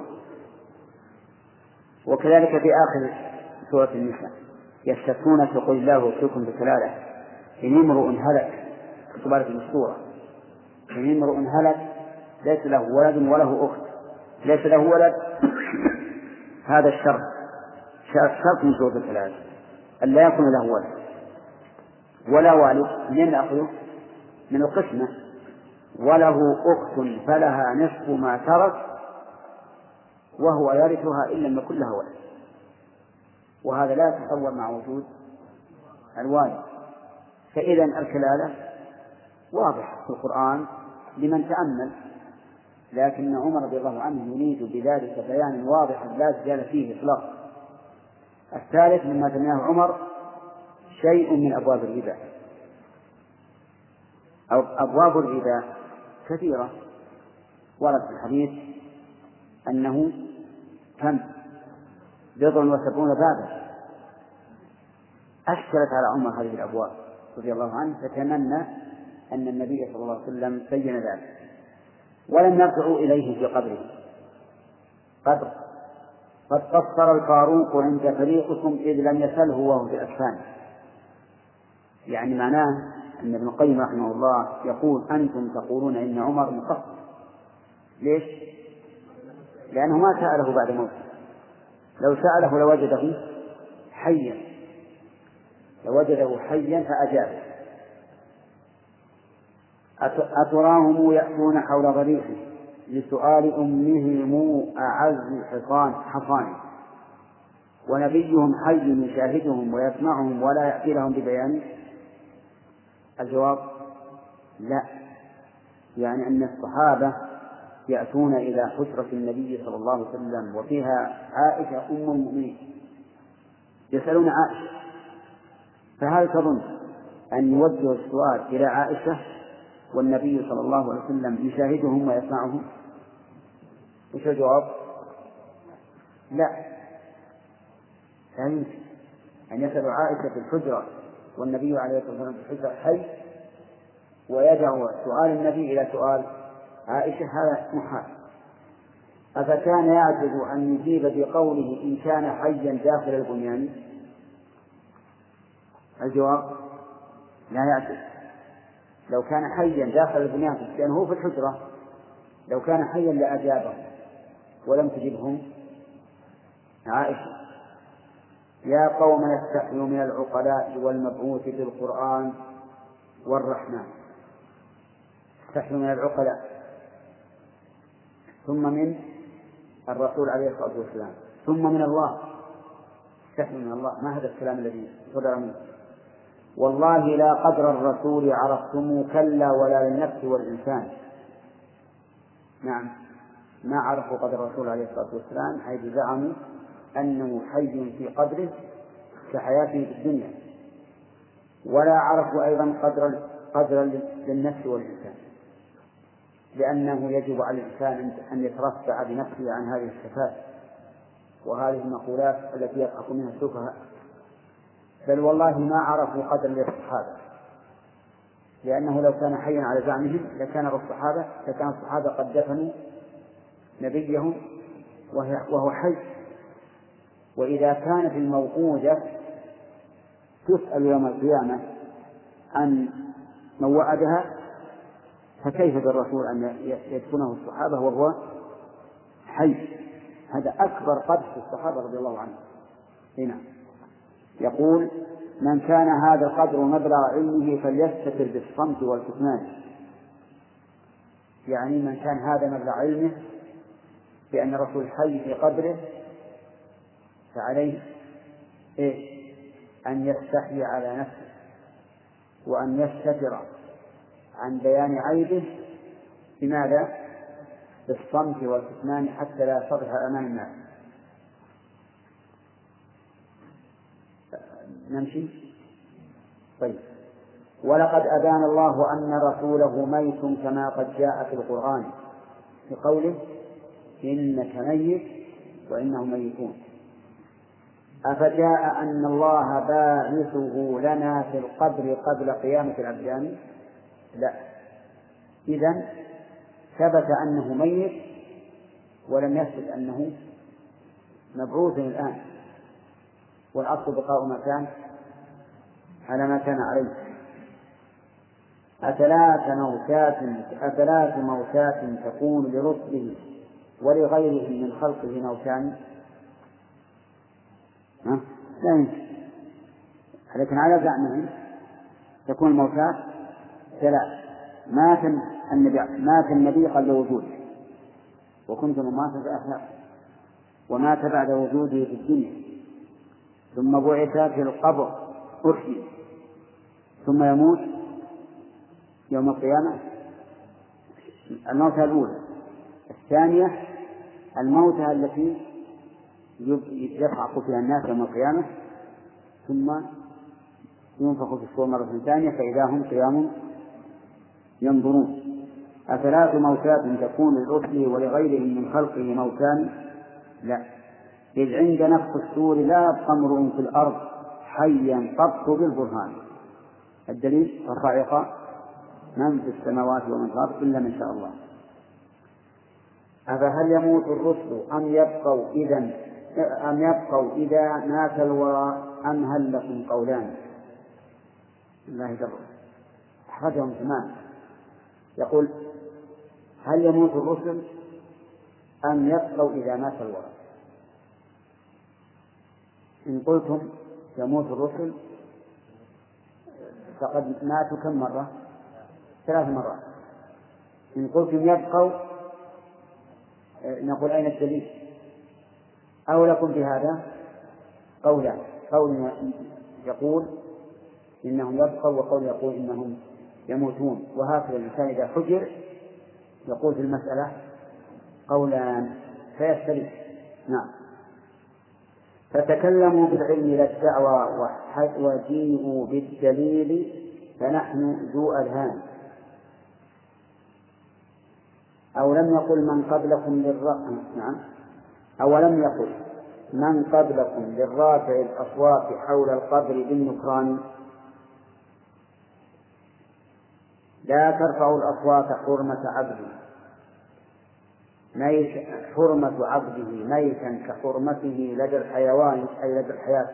وكذلك في آخر سورة النساء: يستفتونك قل الله يفتيكم بكلالة إن امرؤ هلك، كتبارة السورة، إن امرؤ هلك ليس له ولد وله أخت، ليس له ولد هذا الشرط من سورة الكلالة أن لا يكون له ولد ولا والد. من أخذه من القسمة: وله أخت فلها نصف ما ترك وهو يرثها إن لم يكن لها ولد. وهذا لا يتصور مع وجود الوالد. فإذا الكلالة واضحة في القرآن لمن تأمل، لكن عمر رضي الله عنه يريد بذلك بيان واضح لا زال فيه إطلاقا. الثالث مما سماه عمر شيء من أبواب الربا. أو أبواب الربا كثيرة، ورد في الحديث أنه كم 70 بابا. أشكلت على عمر هذه الأبواب رضي الله عنه، فتمنى أن النبي صلى الله عليه وسلم بين ذلك، ولم يرجعوا إليه في قبره. قد قصر الفاروق عند فريقكم إذ لم يسله وهو في الأكفان. يعني معناه أن ابن القيم رحمه الله يقول: أنتم تقولون إن عمر مقصر. ليش؟ لأنه ما سأله بعد موته. لو سأله لوجده حيا فأجابه. أتراهم يأتون حول ضريحه لسؤال أمهم أعز حصان ونبيهم حي يشاهدهم ويسمعهم ولا يأتي لهم ببيان؟ الجواب: لا، يعني أن الصحابة يأتون إلى حجرة النبي صلى الله عليه وسلم وفيها عائشة أم المؤمنين يسألون عائشة، فهل تظن أن يوجه السؤال إلى عائشة والنبي صلى الله عليه وسلم يشاهدهم ويسمعهم؟ وش الجواب؟ لا يمكن أن يسأل عائشة في الحجرة والنبي عليه الصلاة والسلام في الحجرة حي ويدعو سؤال النبي إلى سؤال عائشة، هذا محال. أفكان يعجز أن يجيب بقوله إن كان حيا داخل البنيان؟ الجواب: لا يعجز. لو كان حيا داخل البنيان لأنه في الحجرة، لو كان حيا لأجابه ولم تجبهم عائشة: يا قوم يستحيوا من العقلاء والمبعوث بالقرآن والرحمن. استحيوا من العقلاء، ثم من الرسول عليه الصلاة والسلام، ثم من الله. استحيوا من الله، ما هذا الكلام الذي صدر منه؟ والله لا قدر الرسول عرفتم كلا ولا للنفس والإنسان. نعم، ما عرفوا قدر الرسول عليه الصلاة والسلام، حيث زعموا أنه حي في قدره كحياته في الدنيا، ولا عرفوا أيضا قدر للنفس والإنسان، لأنه يجب على الإنسان أن يترفع بنفسه عن هذه الصفات وهذه المقولات التي يضحك منها السفهاء. بل والله ما عرفوا قدر للصحابة، لأنه لو كان حيا على زعمهم لكان الصحابة قد دفنوا نبيهم وهو حي. وإذا كانت الموقوذة تسأل يوم القيامة عن من وعدها، فكيف بالرسول أن يدفنه الصحابة وهو حي؟ هذا أكبر قدح في الصحابة رضي الله عنهم. هنا يقول: من كان هذا القدر مبلغ علمه فليستتر بالصمت والكتمان. يعني من كان هذا مبلغ علمه بأن الرسول حي في قبره فعليه أن يستحي على نفسه وأن يستتر عن بيان عيبه. بماذا؟ بالصمت والكتمان حتى لا يصرح أمام الناس. نمشي. طيب. ولقد أبان الله أن رسوله ميت كما قد جاء في القرآن في قوله: إنك ميت وإنهم ميتون. أفجاء أن الله باعثه لنا في القبر قبل قيامة الأبدان؟ لا. إذن ثبت أنه ميت ولم يثبت أنه مبعوث الآن، والأصل بقاء ما كان على ما كان عليه. أثلاث موتات تكون لرسله ولغيره من خلقه موتان؟ لا يمكن. لكن على زعمهم تكون الموتات ثلاث: مات النبي قبل وجوده وكنتم ماتوا في أثناء، ومات بعد وجوده في الدنيا، ثم بعث في القبر أحيي، ثم يموت يوم القيامة. الموتة الأولى. الثانية الموتة التي يصعق فيها الناس يوم القيامة ثم ينفخ في الصور مرة ثانية فإذا هم قيام ينظرون. أثلاث موتات تكون لرسله ولغيرهم من خلقه موتان؟ لا. إذ عند نفخ الصور لا يبقى امرؤ في الأرض حيا قط بالبرهان. الدليل: فصعق من في السماوات ومن في الأرض إلا من شاء الله. أفهل يموت الرسل أم يبقوا إذا مات الورى أم هل لكم قولان؟ الله يجبر أحفظهم تمام. يقول: هل يموت الرسل أم يبقوا إذا مات الورى؟ إن قلتم يموت الرسل فقد ماتوا كم مرة؟ 3 مرات. إن قلتم يبقوا نقول: أين الدليل؟ أو لكم في هذا قولان: قول يقول إنهم يبقوا، وقول يقول إنهم يموتون. وهكذا الإنسان إذا حجر يقول في المسألة قولان فيختلف. نعم. فتكلموا بالعلم لا الدعوى وجيئوا بالدليل فنحن ذو أذهان. أولم يقل من قبلكم للرافع الأصوات حول القبر بالنكران؟ لا ترفعوا الأصوات حرمة عبده ميتا كحرمته لدى الحيوان أي لدى الحياة.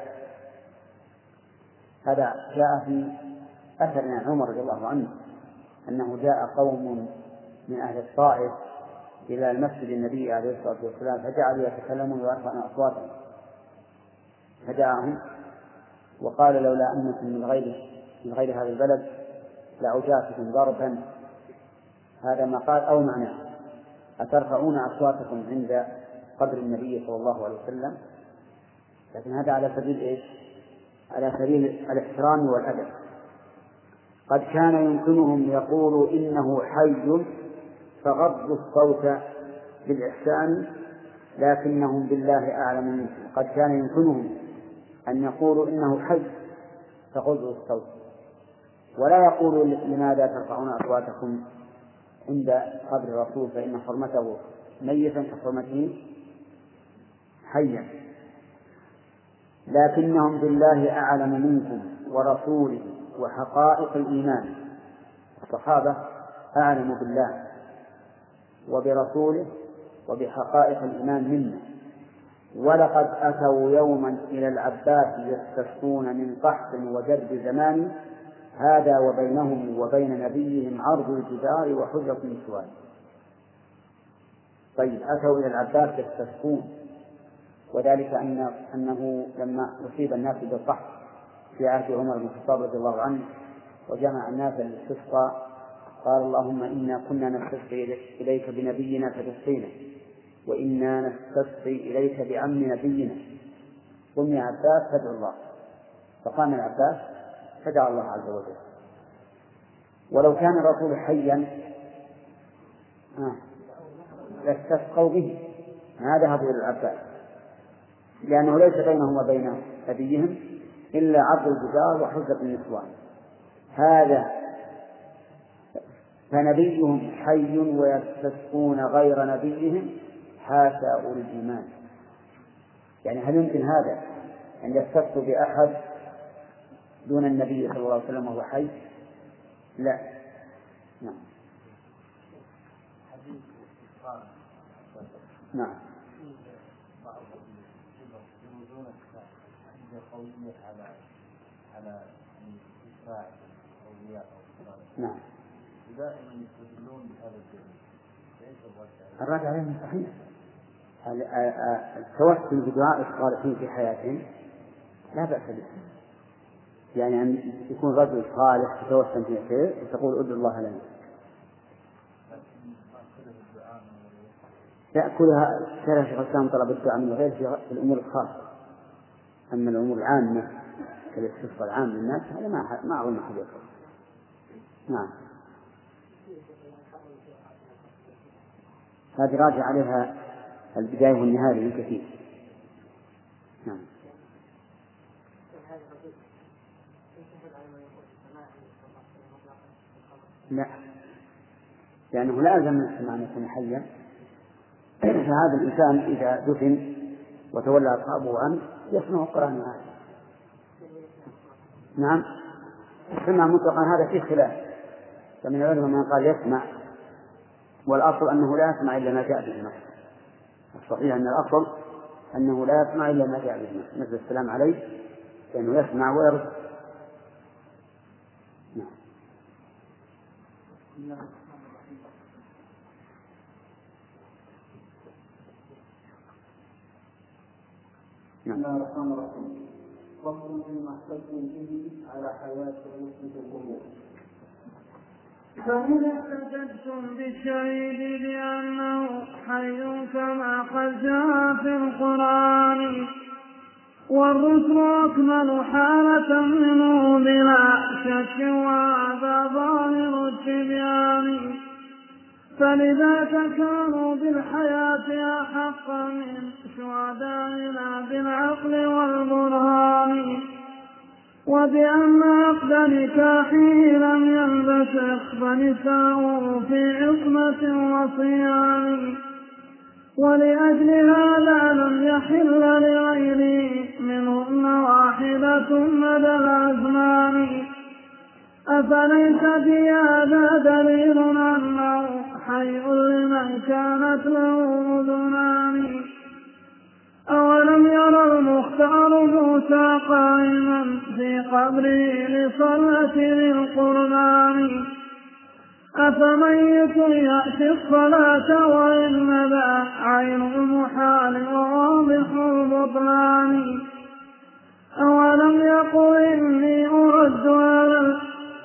هذا جاء في أثر عن عمر رضي الله عنه أنه جاء قوم من أهل الطائف إلى المسجد النبي عليه الصلاة والسلام فجعلوا يتكلمون ويرفعون أصواتهم، فدعاهم وقال: لولا أنكم من غير هذا البلد لأوجعتكم ضربا. هذا ما قال أو معناه: أترفعون أصواتكم عند قبر النبي صلى الله عليه وسلم؟ لكن هذا على سبيل إيش؟ على سبيل الاحترام والأدب. قد كان يمكنهم يقولوا إنه حي فغضوا الصوت بالإحسان لكنهم بالله أعلم منكم. قد كان يمكنهم أن يقولوا إنه حي فغضوا الصوت، ولا يقولوا لماذا ترفعون أصواتكم عند قبر الرسول فإن حرمته ميتا كحرمته حيا. لكنهم بالله أعلم منكم ورسوله وحقائق الإيمان. الصحابة أعلم بالله وبرسوله وبحقائق الإيمان منا، ولقد أتوا يوما إلى العباس يستسقون من قحط وجد زمان هذا وبينهم وبين نبيهم عرض الجدار وحجة النسوان. طيب أتوا إلى العباس يستسقون، وذلك أنه لما أصيب الناس بالقحط في عهد عمر بن الخطاب رضي الله عنه وجمع الناس للاستسقاء قال اللهم إنا كنا نستسقي إليك بنبينا فتسقينا وإنا نستسقي إليك بعم نبينا قم يا عباس فادعو الله. فقام العباس فدعا الله عز وجل. ولو كان الرسول حيا لاستسقوا به ما ذهبوا إلى العباس، لأنه ليس بينهم وبين نبيهم إلا عرض الجدار وحجة النسوان. هذا فنبيهم حي ويستسقون غير نبيهم حاشا أولي الإيمان. يعني هل يمكن هذا أن يستسقوا بأحد دون النبي صلى الله عليه وسلم وهو حي؟ لا. نعم. نعم. نعم. دائما يستدلون بهذا الدليل. الراجع عليهم صحيح. التوسل بدعاء الصالحين في حياتهم لا بأس به. يعني أن يكون رجل صالح يتوسل في خير وتقول ادعو الله لنا. يأكلها شرع شيخ الإسلام طلب الدعاء من غير في الأمور الخاصة. أما الأمور العامة كالاستسقاء العام للناس هذا ما أظن أحد يقول. نعم. هذه راجع عليها البداية والنهاية من كثير. نعم. لا، لأنه لا يلزم أن يكون حيا. فهذا الإنسان إذا دفن وتولى أصحابه أن يسمع القرآن معه. نعم. السمع مطلقا هذا فيه خلاف، فمن العلماء من قال يسمع، والأصل أنه لا يسمع إلا ما جاء به النص. الصحيح أن الأصل أنه لا يسمع إلا ما جاء به النص، مثل السلام عليه لأنه يسمع ويرد. نعم. بسم الله الرحمن الرحيم. فصل فيما احتجتم به على حياة المسلم في القبور. فإن احتجتم بالشهيد بأنه حي كما قد جاء في القرآن والرسل أكمل حالة منه بلا شك وهذا ظاهر التبيان فلذاك كانوا بالحياة أحق من شهدائنا بالعقل والبرهان وبأن عقد نكاحه لم يلبس فنساؤه في عصمة وصيان ولأجل هذا لم يحل لغيره منهن واحدة مدى الأزمان أفليس في هذا دليل أنه حي لمن كانت له أذنان أولم يرى المختار موسى قائما في قبره لصلاة للقربان أفميت يأتي الصلاة وإن ذا عين المحال وواضح البطلان أولم يقل إني أرد على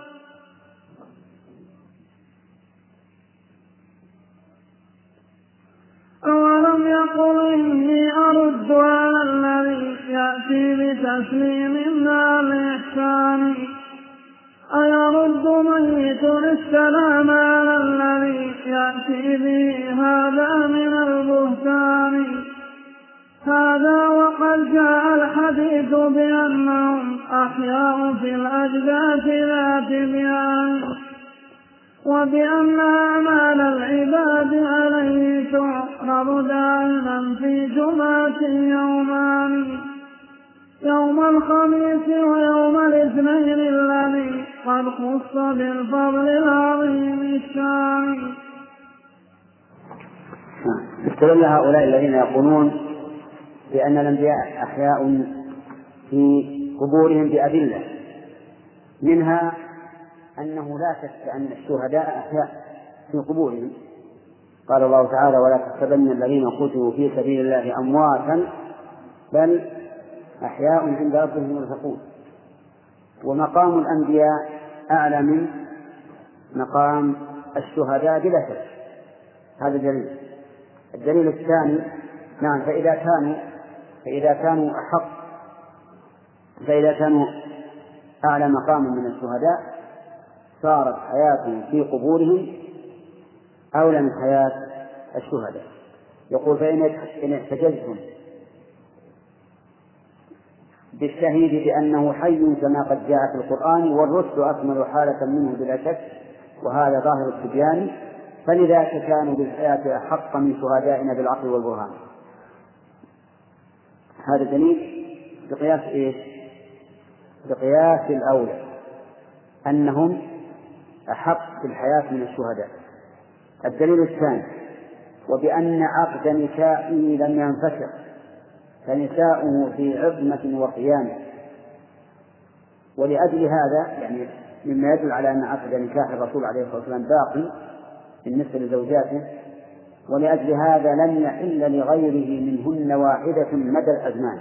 أولم يقل إني أرد على الذي يأتي بتسليم مع الإحسان أيرد ميت السلام على الذي يأتي به هذا من البهتان هذا وقد جاء الحديث بأنهم أحياء في الأجداث ذات بيان وبأن أعمال العباد عليه تعرض دائما في جمعة يومان يوم الخميس ويوم الاثنين الذي قد خص بالفضل العظيم الشان. استدل هؤلاء الذين يقولون بأن الأنبياء أحياء في قبورهم بأدلة، منها أنه لا شك أن الشهداء أحياء في قبورهم. قال الله تعالى: ولا تحسبن الذين قتلوا في سبيل الله أمواتا بل أحياء عند ربهم يرزقون. ومقام الأنبياء أعلى من مقام الشهداء بلا شك. هذا دليل. الدليل الثاني: نعم، فإذا كانوا أعلى مقام من الشهداء صارت حياتهم في قبورهم أولى من حياة الشهداء. يقول: فإن احتجزتم بالشهيد بأنه حي كما قد جاء في القرآن والرسل أكمل حالة منه بلا شك، وهذا ظاهر التبيان، فلذلك كانوا بالحياة أحق من شهدائنا بالعقل والبرهان. هذا دليل بقياس إيش؟ بقياس الأولى، أنهم أحق بالحياة من الشهداء. الدليل الثاني: وبأن عقد نسائه لم ينفسخ فنساؤه في عظمة وقيامة. ولأجل هذا يعني مما يدل على أن عقد نكاح الرسول عليه الصلاة والسلام باقي بالنسبة لزوجاته، ولأجل هذا لم يحل لغيره منهن واحدة مدى الأزمان.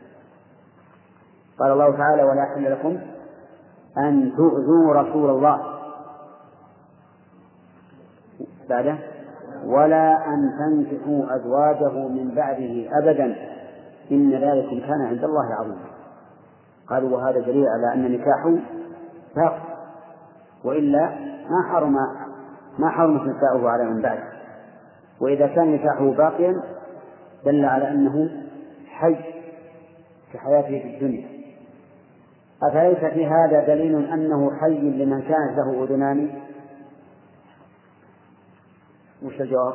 قال الله تعالى: ولا يحل لكم أن تؤذوا رسول الله، بعده ولا أن تنكحوا أزواجه من بعده أبدا إن ذلكم كان عند الله عظيما. قالوا: وهذا دليل على أن نكاحه باق، وإلا ما حرمت نساؤه على من بعده. وإذا كان نكاحه باقيا دل على أنه حي في حياته في الدنيا. أفليس في هذا دليل أنه حي لمن كانت له أذنان؟ وش الجواب؟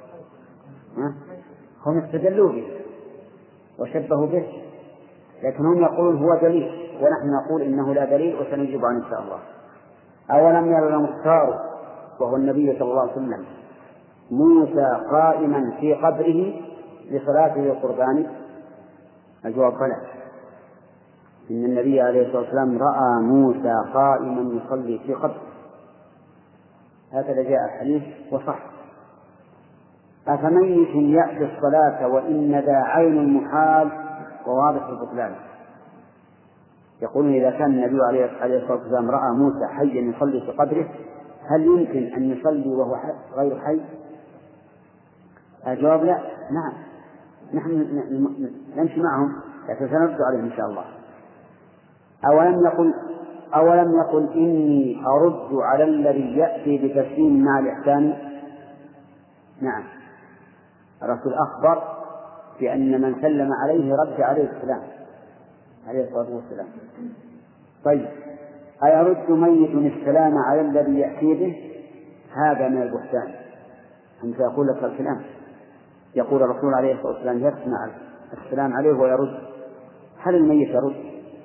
هم استدلوا به وشبهوا به، لكن هم يقولون هو دليل، ونحن نقول إنه لا دليل، وسنجيب عنه إن شاء الله. أولم ير المختار وهو النبي صلى الله عليه وسلم موسى قائما في قبره لصلاته القربان؟ الجواب: بلى، إن النبي عليه الصلاة والسلام رأى موسى قائما يصلي في قبره، هكذا جاء الحديث وصح. أفميت يأتي الصلاة وإن ذا عين المحال وواضح البطلان. يقولون: إذا كان النبي عليه الصلاة والسلام رأى موسى حيا يصلي في قبره، هل يمكن أن يصلي وهو غير حي؟ الجواب: لا. نعم، نحن نمشي معهم، لكن سنرد عليهم إن شاء الله. أولم يقل إني أرد على الذي يأتي بتسليم مع الإحسان؟ نعم، الرسول أخبر بأن من سلم عليه رد عليه السلام عليه الصلاة والسلام. طيب، أيرد ميت السلام على الذي يأتي به؟ هذا من البهتان. أنت يقول لك الكلام، يقول الرسول عليه الصلاة والسلام يسمع السلام عليه ويرد. هل الميت يرد؟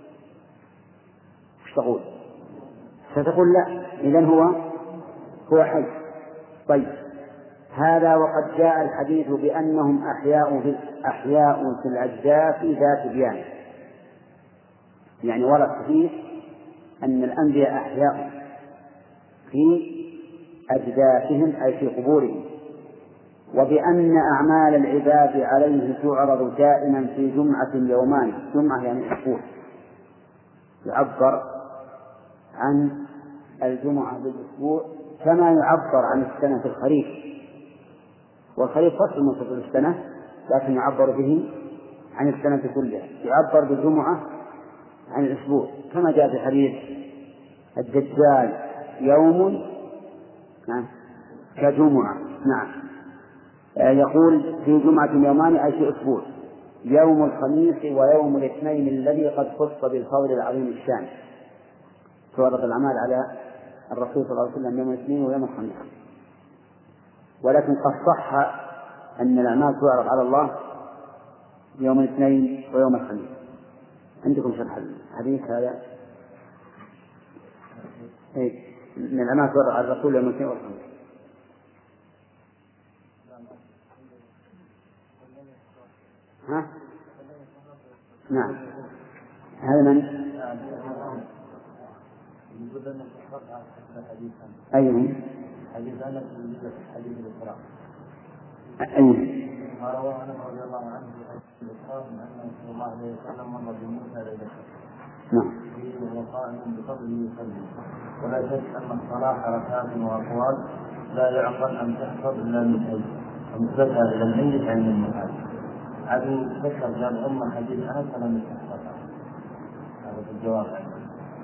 ايش تقول؟ ستقول لا، إذن هو حي. طيب، هذا وقد جاء الحديث بأنهم أحياء في الأجداث ذات بيان، يعني ورد فيه أن الأنبياء أحياء في أجداثهم أي في قبورهم، وبأن أعمال العباد عليه تعرض دائما في جمعة يومان. جمعة يعني أسبوع، يعبر عن الجمعة بالأسبوع كما يعبر عن السنة في الخريف، والخريف فصل من فصول السنة، لكن يعبر به عن السنة كلها. يعبر بالجمعة عن الأسبوع، كما جاء في حديث الدجال يوم كجمعة. نعم، يقول في جمعة يومان أي في أسبوع، يوم الخميس ويوم الاثنين الذي قد خص بالفضل العظيم الشان. تعرض الأعمال على الرسول صلى الله عليه وسلم يوم الاثنين ويوم الخميس، ولكن قد صح أن الأعمال تعرض على الله يوم الاثنين ويوم الخميس. عندكم شرح الحديث هذا؟ من الأعمال تعرض على الرسول يوم الاثنين والخميس. ها؟ نعم. هذا من؟ أيوه. حديث أنس في حديث الإسراء. أيوه. ما رواه أنس رضي الله عنه في الإسراء من أنه صلى الله عليه وسلم مر بموسى ليلة. نعم. وهو قائم بفضله يصلي. ولا شك أن الصلاة حركات وأقوال لا يعقل أن تحفظ إلا من شيء ومثبتها إلى الميت عن المحال. عدو ذكر قال أم حديث أنس فلم يتحفظها. هذا في الجواب عنه.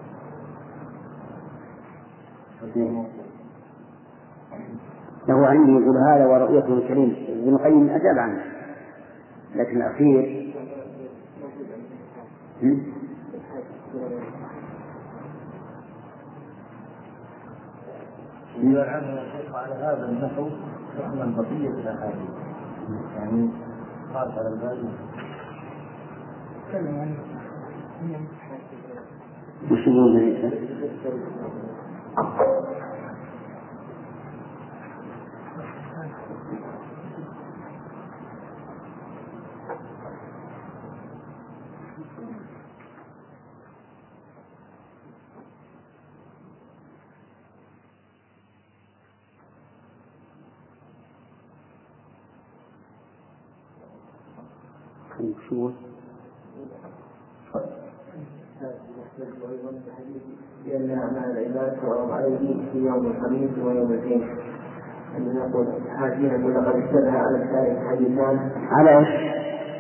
له عندي يقول هذا ورؤيته الكريم. ابن القيم أجاب عنه، لكن الأخير يقول عنه الشيخ على هذا النحو تحمل بقية الأحاديث، يعني قال على الباب وش يقول لأن أعمال العباد تعرض عليه في يوم الخميس ويوم الاثنين. أن نقول حاجين ولقد اشتبه على الشارع حديثان. على ايش؟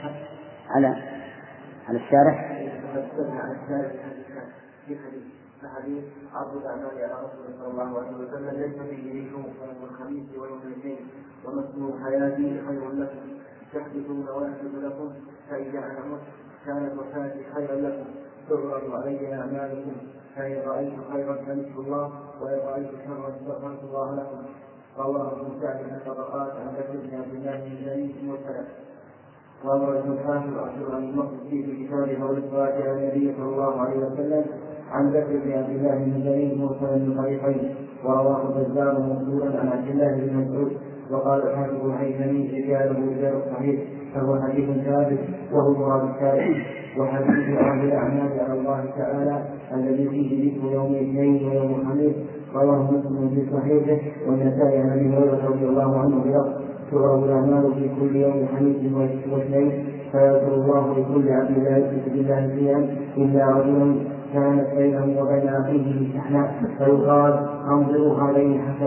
على الشارع. لقد اشتبه على الشارع حديثان. في حديث عرض الأعمال على رسول صلى الله عليه وسلم ليس فيه ذكر يوم الخميس ويوم الاثنين ومسلوب حياتي خير لكم تحدثون ويحدث لكم فإذا أنا مت كانت وفاتي خيرا لكم تعرض علي أعمالكم فإن رأيت خيرا حمدت الله وإن رأيت شرا استغفرت الله لكم. رواه ابن سعد بن الطبقات عن بكر بن عبد الله بن زيد مرسلا. وأمر ابن الحاكم أخبر عن المقدسي في كتابه والإثبات عن النبي صلى الله عليه وسلم عن بكر بن عبد الله بن زيد مرسلا من طريقين. ورواه البزار موصولا عن عبد الله بن مسعود. وقال الحافظ الهيثمي رجاله رجال الصحيح فهو حديث ثابت وهو مراد الثابت. وحديث أهل الأعمال على الله تعالى الذي فيه ذكر يوم الاثنين ويوم الخميس رواه مسلم في صحيحه والنسائي عن ابي هريره رضي الله عنه بلفظ تعرض الأعمال في كل يوم خميس واثنين فيغفر الله لكل عبد لا يشرك بالله شيئا إلا رجلا كانت بينه وبين أخيه شحناء فيقال انظروا هذين حتى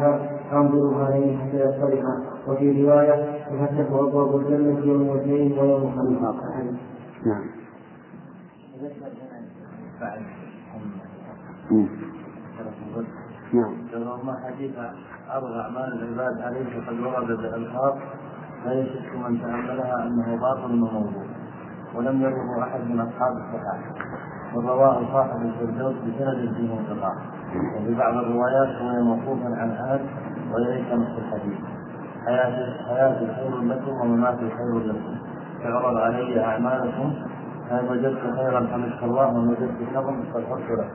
يصطلحا. وفي رواية تفتح أبواب الجنة يوم الاثنين ويوم الخميس. نعم. نعم. ما حديث عرض أعمال العباد عليه فقد ورد بألفاظ لا يشك من تأملها أنه باطل وموضوع ولم يروه أحد من أصحاب الصحابة. ورواه صاحب الفردوس بسند فيه انقطاع. وفي بعض الروايات هو موقوفا عن أنس وليس نفس الحديث. حياتي خير لكم ومماتي خير لكم تعرض علي أعمالكم فإن وجدت خيرا حمدت الله وإن وجدت شرا فاستغفرت له.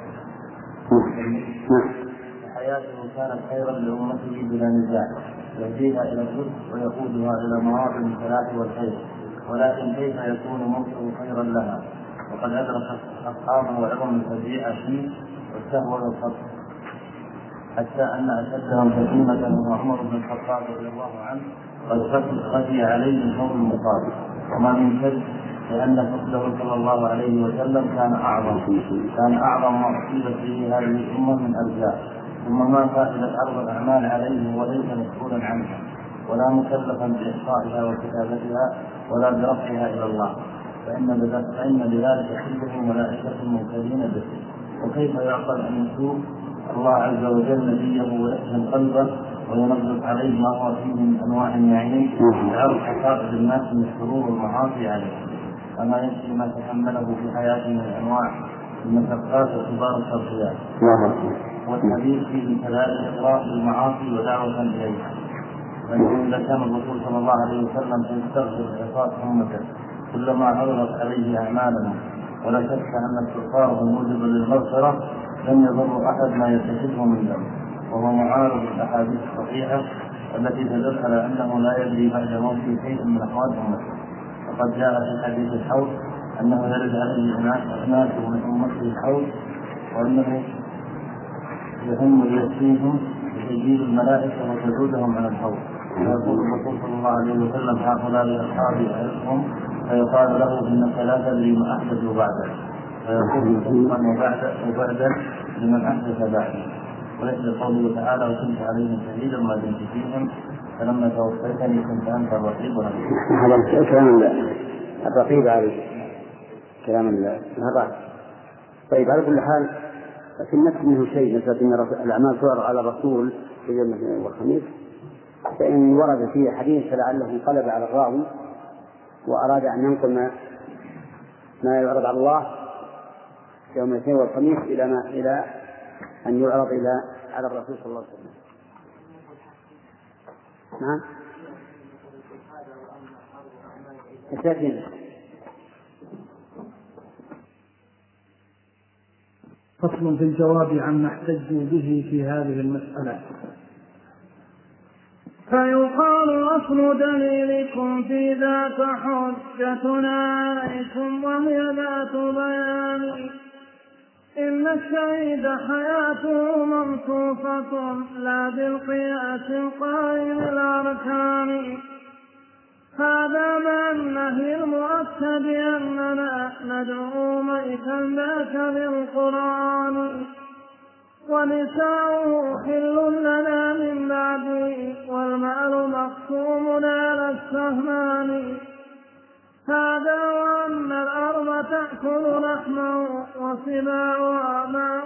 حياته كانت خيرا لأمته بلا نزاع يهديها إلى الرشد ويقودها إلى مواطن الفلاح والخير. ولكن كيف يكون موته خيرا لها وقد أدرك أصحابه عظم الفزيعة فيه والسهو والخطر حتى أن أشدهم سكينة هو عمر بن الخطاب رضي الله عنه قد خفي عليه الحوض المصاب. وما من شك لأن فضله صلى الله عليه وسلم كان أعظم ما أصيبت به هذه الأمة من أرجاء. ثم ما فائدة عرض الأعمال عليه وليس مسؤولا عنها ولا مكلفا بإحصائها وكتابتها ولا برفعها إلى الله فإن بذلك كله ملائكة موكلين به. وكيف يعقل أن يسوق الله عز وجل نبيه ويحزن قلبه وينظف عليه ما هو فيه من أنواع النعيم ويعرض حقائق الناس من الشرور والمعاصي عليه أما يمشي ما تحمله في حياته من أنواع المشقات وكبار التضحيات. والحديث فيه كذلك إقرار بالمعاصي ودعوة إليها. فإذا كان الرسول صلى الله عليه وسلم سيستغفر عصاة أمته كلما عرضت عليه أعمالنا ولا شك أن استغفاره موجب للمغفرة لم يضر أحد ما يرتكبه من ذنب وهو معارض الأحاديث الصحيحة التي تدل على أنه لا يدري بعد موته شيء من أحوال أمته. وقد جاء في حديث الحوض أنه يرد عليه أناس من أمته الحوض، وأنه يهم ليكفيهم بتجديد الملائكة وتزودهم على الحوض. فيقول الرسول صلى الله عليه وسلم: هؤلاء لأصحابي أعرفهم. فيقال له: إنك لا تدري ما أحدثوا بعدك. فيقول: ثم وبعدا لمن أحدث بعدك. وليس قوله تعالى: وكنت عليهم شهيدا ما دمت فيهم فلما توفيتني كنت أنت الرقيب والعتيد. هذا كلام الرقيب عليه، كلام الهضاب. طيب، على كل حال في النفس منه شيء، مثل أن الأعمال تعرض على الرسول في يوم الاثنين والخميس، فإن ورد فيه حديث فلعله انقلب على الراوي وأراد أن ينقل ما يعرض على الله يوم الاثنين والخميس إلى أن يعرض على الرسول صلى الله عليه وسلم. نعم. فصل في الجواب عما احتجوا به في هذه المسألة. فيقال: أصل دليلكم في ذاك حجتنا عليكم وهي ذات بيان. إن الشهيد حياته موصوفة لا بالقياس القائم الأركان. هذا مع النهي المؤكد أننا ندعو ميتا ذاك بالقرآن. ونساؤه حل لنا من بعده والمال مقسوم على السهمان. هذا وأن الأرض تأكل لحمه وسباعها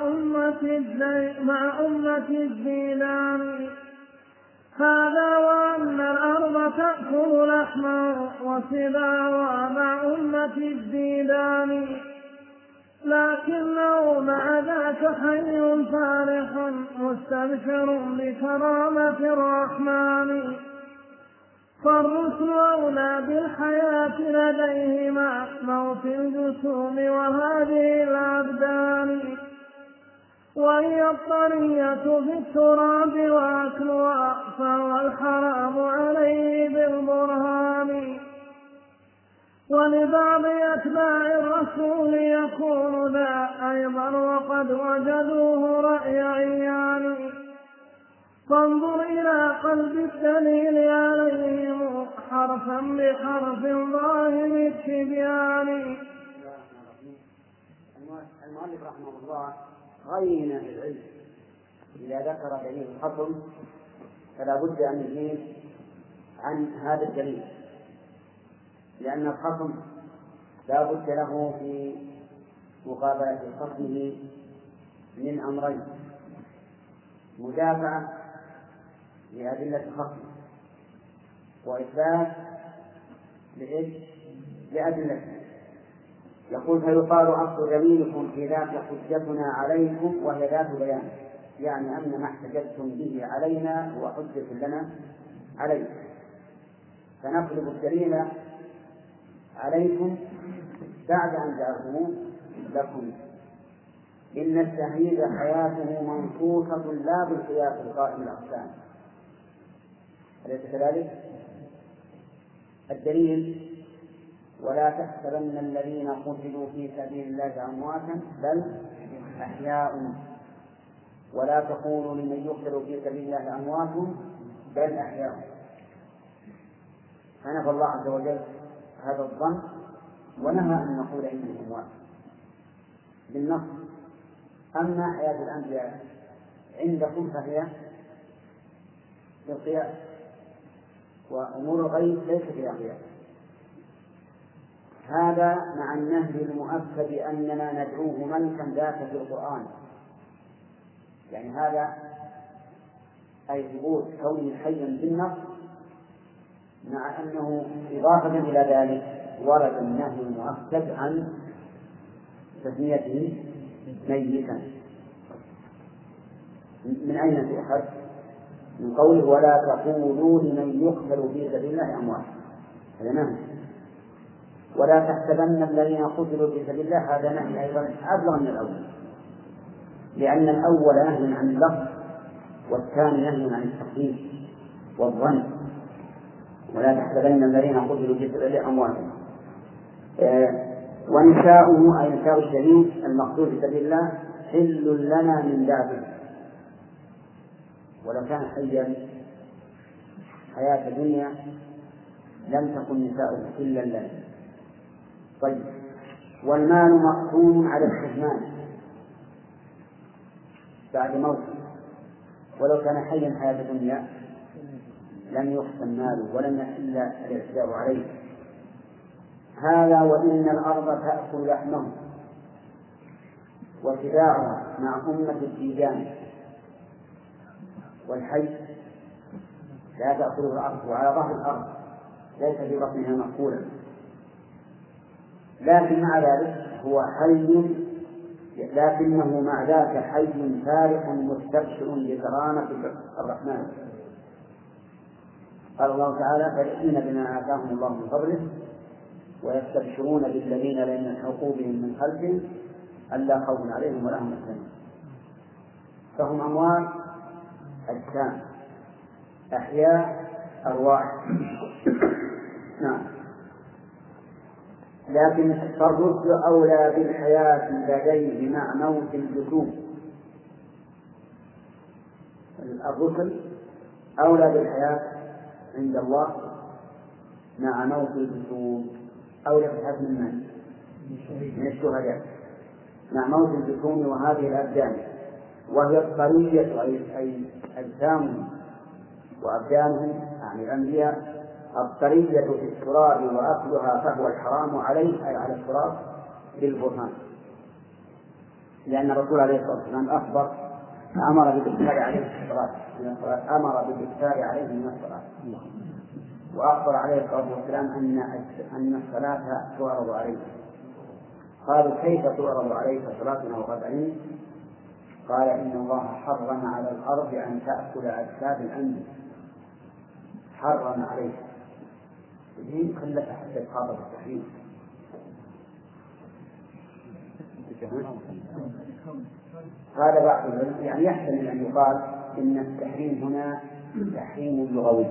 مع أمة الديدان. هذا وأن الأرض تأكل لحمه وسباعها مع أمة الديدان. لكنه مع ذاك حي فارح مستبشر بكرامة الرحمن. فالرسل أولى بالحياة لديهما موت الجسوم وهذه الأبدان. وهي الطرية في التراب وأكلها فهو الحرام عليه بالبرهان. ولبعض أتباع الرسول يكون ذا أيضا وقد وجدوه رأي عيان. فانظر إلى قلب الدليل عليهم حرفا بحرف ظاهر التبيان. المؤلف رحمه الله غير من العلم إذا ذكر دليل الخصم فلا بد أن يجيب عن هذا الدليل، لأن الخصم لا بد له في مقابلة خصمه من أمرين: مدافعة لأدلة الخصم، وإثبات لأدلته. يقول: فيقال: أصل دليلكم في ذاك حجتنا عليكم وهي ذات بيان، يعني أن ما احتجتم به علينا هو حجة لنا عليكم. فنقلب الدليل عليكم بعد أن جعلتموه لكم. إن الشهيد حياته منصوصة لا بالقياس القائم الأقسام. أليس كذلك؟ الدليل: ولا تحسبن الذين قتلوا في سبيل الله أمواتا بل أحياء ولا تقولوا لمن يقتل في سبيل الله أموات بل أحياء. فنفى الله عز وجل هذا الظن ونهى أن نقول إنهم أموات بالنص. أما حياة الأنبياء عندكم فهي بالقياس، وأمور الغيب ليس فيها قياس. هذا مع النهي المؤكد أننا ندعوه ملكا ذاك في القرآن، يعني هذا أي ثبوت كونه حيا بالنص، مع أنه إضافة إلى ذلك ورد النهي المؤكد عن تسميته ميتا. من أين تؤخذ؟ من قوله: ولا تقولوا لمن يقتل في سبيل الله أموات. هذا نهي. ولا تحسبن الذين قتلوا في سبيل الله، هذا نهي أيضا أبلغ من الأول، لأن الأول نهي عن اللفظ والثاني نهي عن التقدير والظن. ولا تحسبن الذين قتلوا في سبيل الله أموات. ونساؤه أي نساء الشهيد المقتول في سبيل الله حل لنا من بعده، ولو كان حيا حياة الدنيا لم تكن نساؤه حلا لنا. طيب، والمال مقسوم على الحرمان بعد موته، ولو كان حيا حياة الدنيا لم يقسم ماله ولم يحل الاعتداء عليه. هذا وإن الأرض تأكل لحمه وتباعها مع أمة الديدان، والحي لا تأكله الأرض وعلى ظهر الأرض ليس في بطنها مأكولا، لكن مع ذلك هو حي، لكنه مع ذاك حي فارح مستبشر بكرامة الرحمن. قال الله تعالى: فرحين بما آتاهم الله من فضله ويستبشرون بالذين لم يلحقوا بهم من خلفهم ألا خوف عليهم ولا هم يحزنون. فهم أموات أجسام، أحياء أرواح. نعم. لكن فالرسل أولى بالحياة لديه مع موت الجسوم. الرسل أولى بالحياة عند الله مع موت الجسوم، أولى بالحياة من الشهداء مع موت الجسوم وهذه الأبدان، وهي الطرية أي أجسامهم وأبدانهم يعني الأنبياء الطرية في التراب وأكلها فهو الحرام عليه أي على التراب بالبرهان، لأن الرسول عليه الصلاة والسلام أمر بالإكثار عليه من الصلاة، أمر بالإكثار عليه من الصلاة، وأخبر عليه الصلاة والسلام أن الصلاة تعرض عليه. قالوا: كيف تعرض عليك صلاتنا وقد علمت؟ قال: إن الله حرم على الأرض أن تأكل أجساد الأنبياء، حرم عليه. هي خلت حتى يتخاطب التحريم. هذا بعض يعني يحتمل أن يقال إن التحريم هنا تحريم لغوي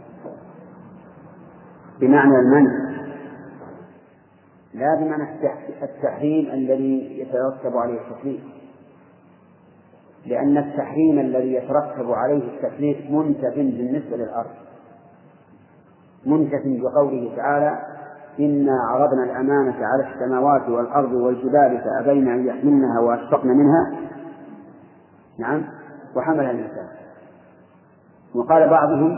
بمعنى المنع، لا بمعنى التحريم الذي يترتب عليه التكليف، لأن التحريم الذي يترتب عليه التكليف منتف بالنسبة للأرض، منتف بقوله تعالى: إنا عرضنا الأمانة على السماوات والأرض والجبال فأبين أن يحملنها وأشفقن منها، نعم، وحملها الإنسان. وقال بعضهم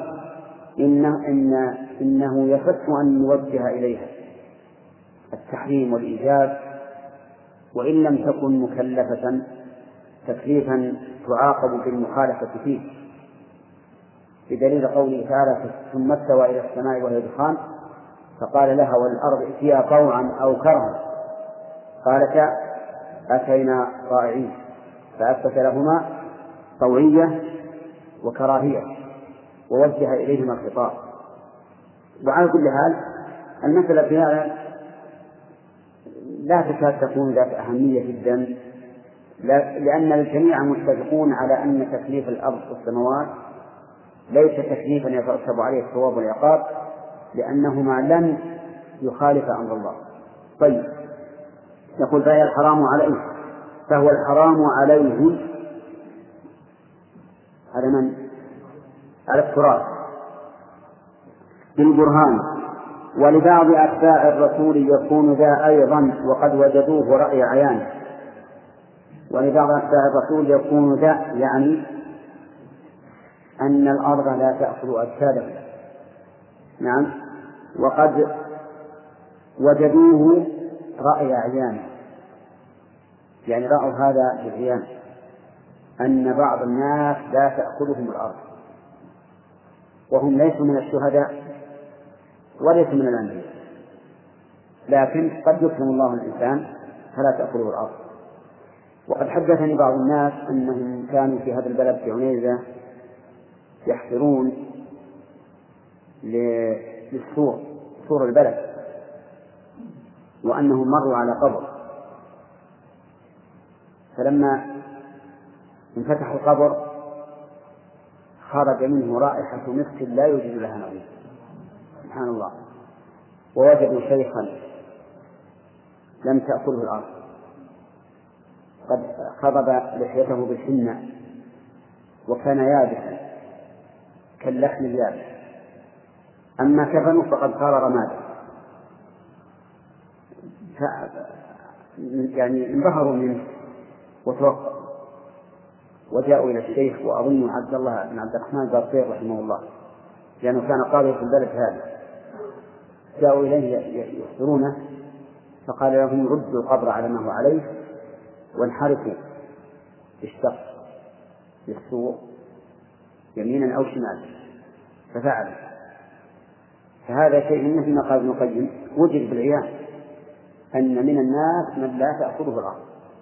إنه يصح أن نوجه إليها التحريم والإيجاب وإن لم تكن مكلفة تكليفا تعاقب بالمخالفة فيه، بدليل قوله تعالى: ثم استوى إلى السماء وهي دخان فقال لها والأرض ائتيا طوعا أو كرها قالتا أتينا طائعين، فأثبت لهما طوعية وكراهية ووجه إليهما الخطاب. وعلى كل حال المسألة في هذا لا تكاد تكون ذات أهمية جدا، لأن الجميع متفقون على أن تكليف الأرض والسماوات ليس تكليفا يترتب عليه الثواب والعقاب، لأنهما لن يخالف أمر الله. طيب، يقول: فهي الحرام عليه، فهو الحرام عليه على من؟ على التراث بالبرهان. ولبعض أتباع الرسول يكون ذا أيضا وقد وجدوه رأي عيان. ولبعض أتباع الرسول يكون ذا يعني أن الأرض لا تأكل أجساده، نعم، وقد وجدوه رأي عيان، يعني رأوا هذا بالعيان، أن بعض الناس لا تأكلهم الأرض وهم ليسوا من الشهداء وليسوا من الأنبياء، لكن قد يكرم الله الإنسان فلا تأكله الأرض. وقد حدثني بعض الناس أنهم كانوا في هذا البلد في عنيزة يحفرون للسور، سور البلد، وأنهم مروا على قبر، فلما انفتحوا القبر خرج منه رائحة مسك لا يوجد لها نظير، سبحان الله. ووجدوا شيخا لم تأكله الأرض، قد خضب لحيته بالحنة وكان يابسا كاللحم اليابس، أما كفنه فقد صار رمادا. يعني انبهروا منه وتوقفوا وجاءوا إلى الشيخ، وأظن عبد الله بن عبد الرحمن باطير رحمه الله لأنه كان قاضي في البلد هذا، جاءوا إليه يخبرونه، فقال لهم ردوا القبر على ما هو عليه وانحرفوا بالشق بالسوق يمينا أو شمالا، ففعل. فهذا شيء مثل ما قال ابن القيم وجد بالعيان أن من الناس من لا تأخذه الأرض،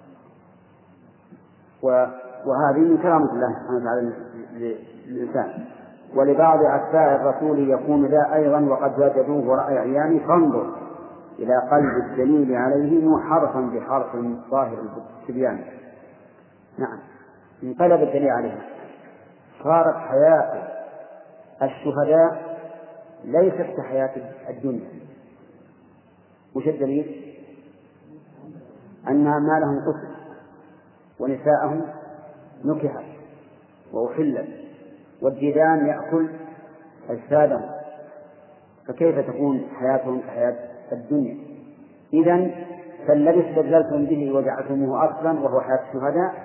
وهذه من كرامة الله سبحانه وتعالى للإنسان. ولبعض أتباع الرسول يكون ذا أيضا وقد وجدوه رأي عيان، فانظر إلى قلب الدليل عليهم حرفا بحرف ظاهر التبيان. نعم، انقلب الدليل عليهم، صارت حياة الشهداء ليست كحياة الدنيا. وش الدليل؟ أن أعمالهم قتل ونساءهم نكحت وأحلت والديدان يأكل أجسادهم، فكيف تكون حياتهم كحياة الدنيا؟ إذن فالذي استدللتم به وجعلتموه أصلا وهو حياة الشهداء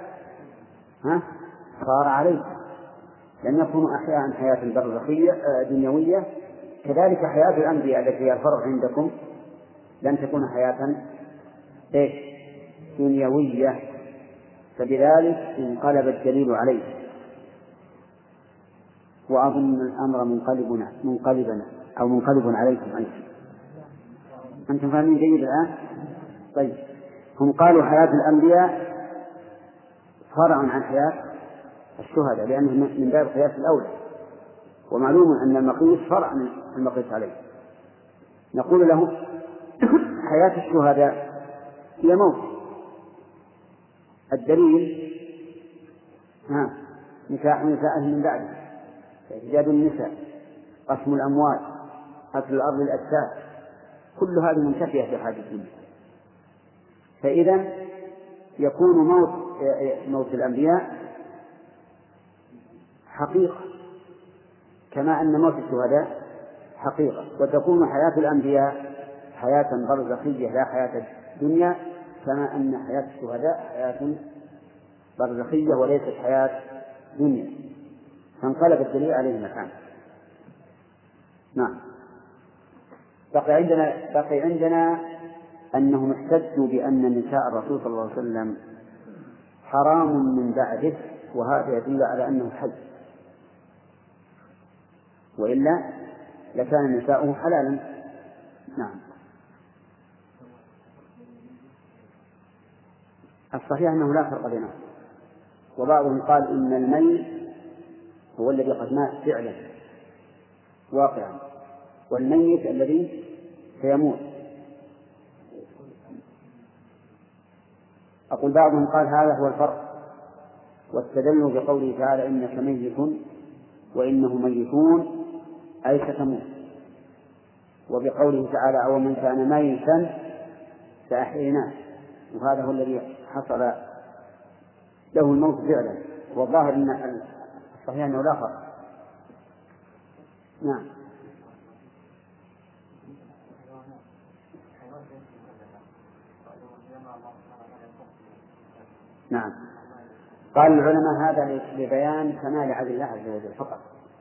صار عليه، لم يكونوا أحياء حياة برزخية دنيوية. كذلك حياة الأنبياء التي هي الفرع عندكم لن تكون حياة دنيوية، فبذلك انقلب الدليل عليه. وأظن الأمر منقلب عليكم أيضا. أنتم فاهمين جيد الآن؟ طيب، هم قالوا حياة الأنبياء فرع عن حياة الشهداء لأنه من باب قياس الأولى، ومعلوم أن المقيس فرع عن المقيس عليه. نقول له حياة الشهداء هي موت. الدليل نكاح نسائهم من بعده، إعجاب النساء، قسم الأموال، أكل الأرض للأجساد، كل هذه منتفية في حياة الدنيا. فإذا يكون موت الأنبياء حقيقة كما أن موت الشهداء حقيقة، وتكون حياة الأنبياء حياة برزخية لا حياة الدنيا، كما أن حياة الشهداء حياة برزخية وليست حياة دنيا، فانقلب الدليل عليه مكان. نعم. بقي عندنا أنهم احتجوا بأن نساء الرسول صلى الله عليه وسلم حرام من بعده، وهذا يدل على أنه حج، وإلا لكان نساؤه حلالا. نعم. الصحيح أنه لا فرق بينهم، وبعضهم قال إن الميت هو الذي قد مات فعلا واقعا، والميت الذي سيموت. أقول بعضهم قال هذا هو الفرق، واستدلوا بقوله تعالى إنك ميت وإنه ميتون أي ستموت، وبقوله تعالى أو من كان ميتا فأحييناه، وهذا هو الذي حصل له الموت فعلا، والظاهر أن الصحيح أنه لا فرق. نعم. نعم. قال العلماء هذا لبيان كمال عدل الله عز وجل فقط،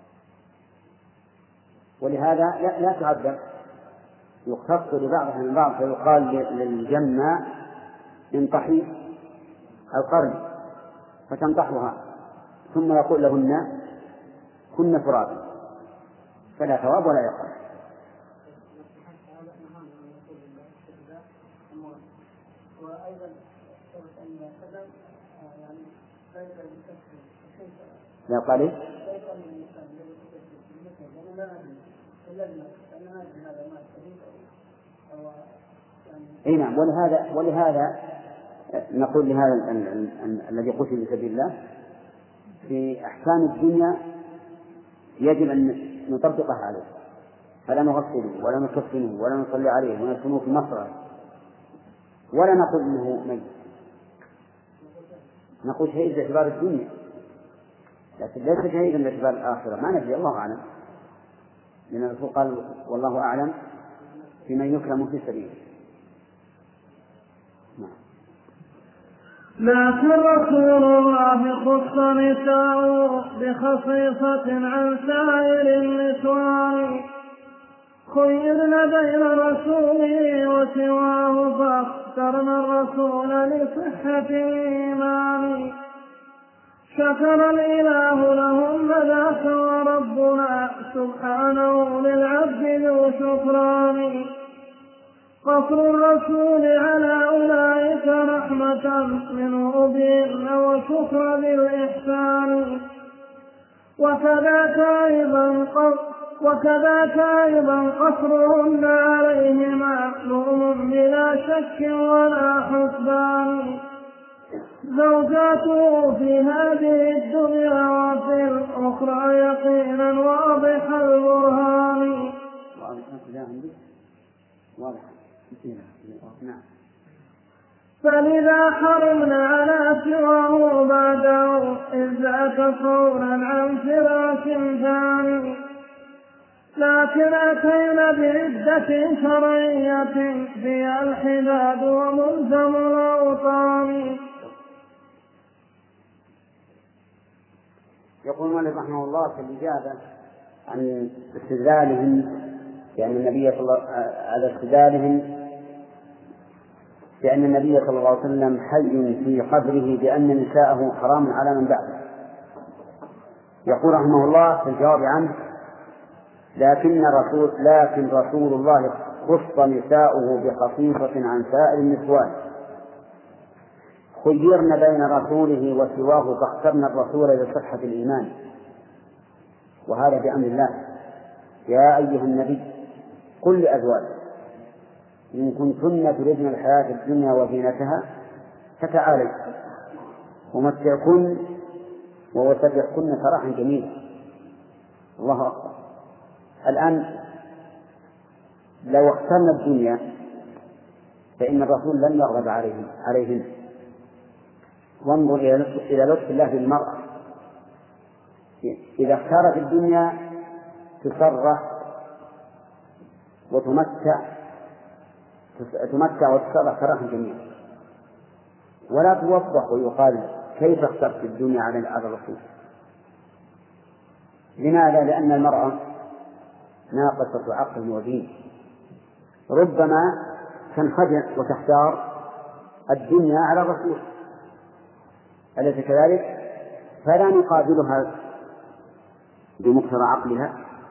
ولهذا لا تعذب، يختص لبعضها من بعض، فيقال للجنة انطحي القرن فتنطحها، ثم يقول لهن كن ترابا، فلا ثواب ولا يقال. لا قال إيه؟ أي نعم. ولهذا نقول لهذا الذي قتل في سبيل الله في أحكام الدنيا يجب أن نطبقها عليه، فلا نغسله ولا نكفنه ولا نصلي عليه وندفنه في مصر، ولا نقول إنه ميت، نقول شهيد باعتبار الدنيا، لكن ليس شهيدا باعتبار الآخرة، ما ندري، الله أعلم، لأن الرسول قال والله أعلم بمن يكرم في سبيله. لكن رسول الله خص نساءه بخصيصة عن سائر النسوان، خيرن بين رسوله وسواه فاخترنا الرسول لصحة الإيمان، شكر الإله لهم ذاك وربنا سبحانه للعبد ذو شكران، قصر الرسول على أولئك رحمة منه بهم وشكر بالإحسان، وكذاك أيضا قصرهن عليه معلوم بلا شك ولا حسبان، زوجاته في هذه الدنيا وفي الأخرى يقينا واضح البرهان. فلذا حرمنا على سواه بعده إذ ذاك صورا عن فراش ثاني، لكن أتينا بعدة شرعية فيها الحداد وملزم الأوطان. يقول مالك رحمه الله في الإجابة عن استدلالهم، يعني النبي صلى الله على استدلالهم بأن النبي صلى الله عليه وسلم حي في قبره بأن نساءه حرام على من بعده. يقول رحمه الله في الجواب عنه: لكن رسول الله خص نساؤه بخصيصة عن سائر النسوان، خيرن بين رسوله وسواه فاخترنا الرسول لصحة الإيمان، وهذا بأمر الله. يا أيها النبي قل لأزواجك إن كنتن تردن الحياة الدنيا وزينتها فتعالي ومتعكن ووسرحكن سراحا جميلا. الله أكبر. الآن لو اخترنا الدنيا فإن الرسول لن يغضب عليهن. وانظر إلى لطف الله بالمرأة، إذا اختارت الدنيا تسرح وتمتع وتسرح سراحا جميلا، ولا توضح ويقال كيف اخترت الدنيا على الرسول. لماذا؟ لأن المرأة ناقصة عقل ودين، ربما تنخدع وتختار الدنيا على الرسول، أليس كذلك؟ فلا نقابلها بمقتضى عقلها،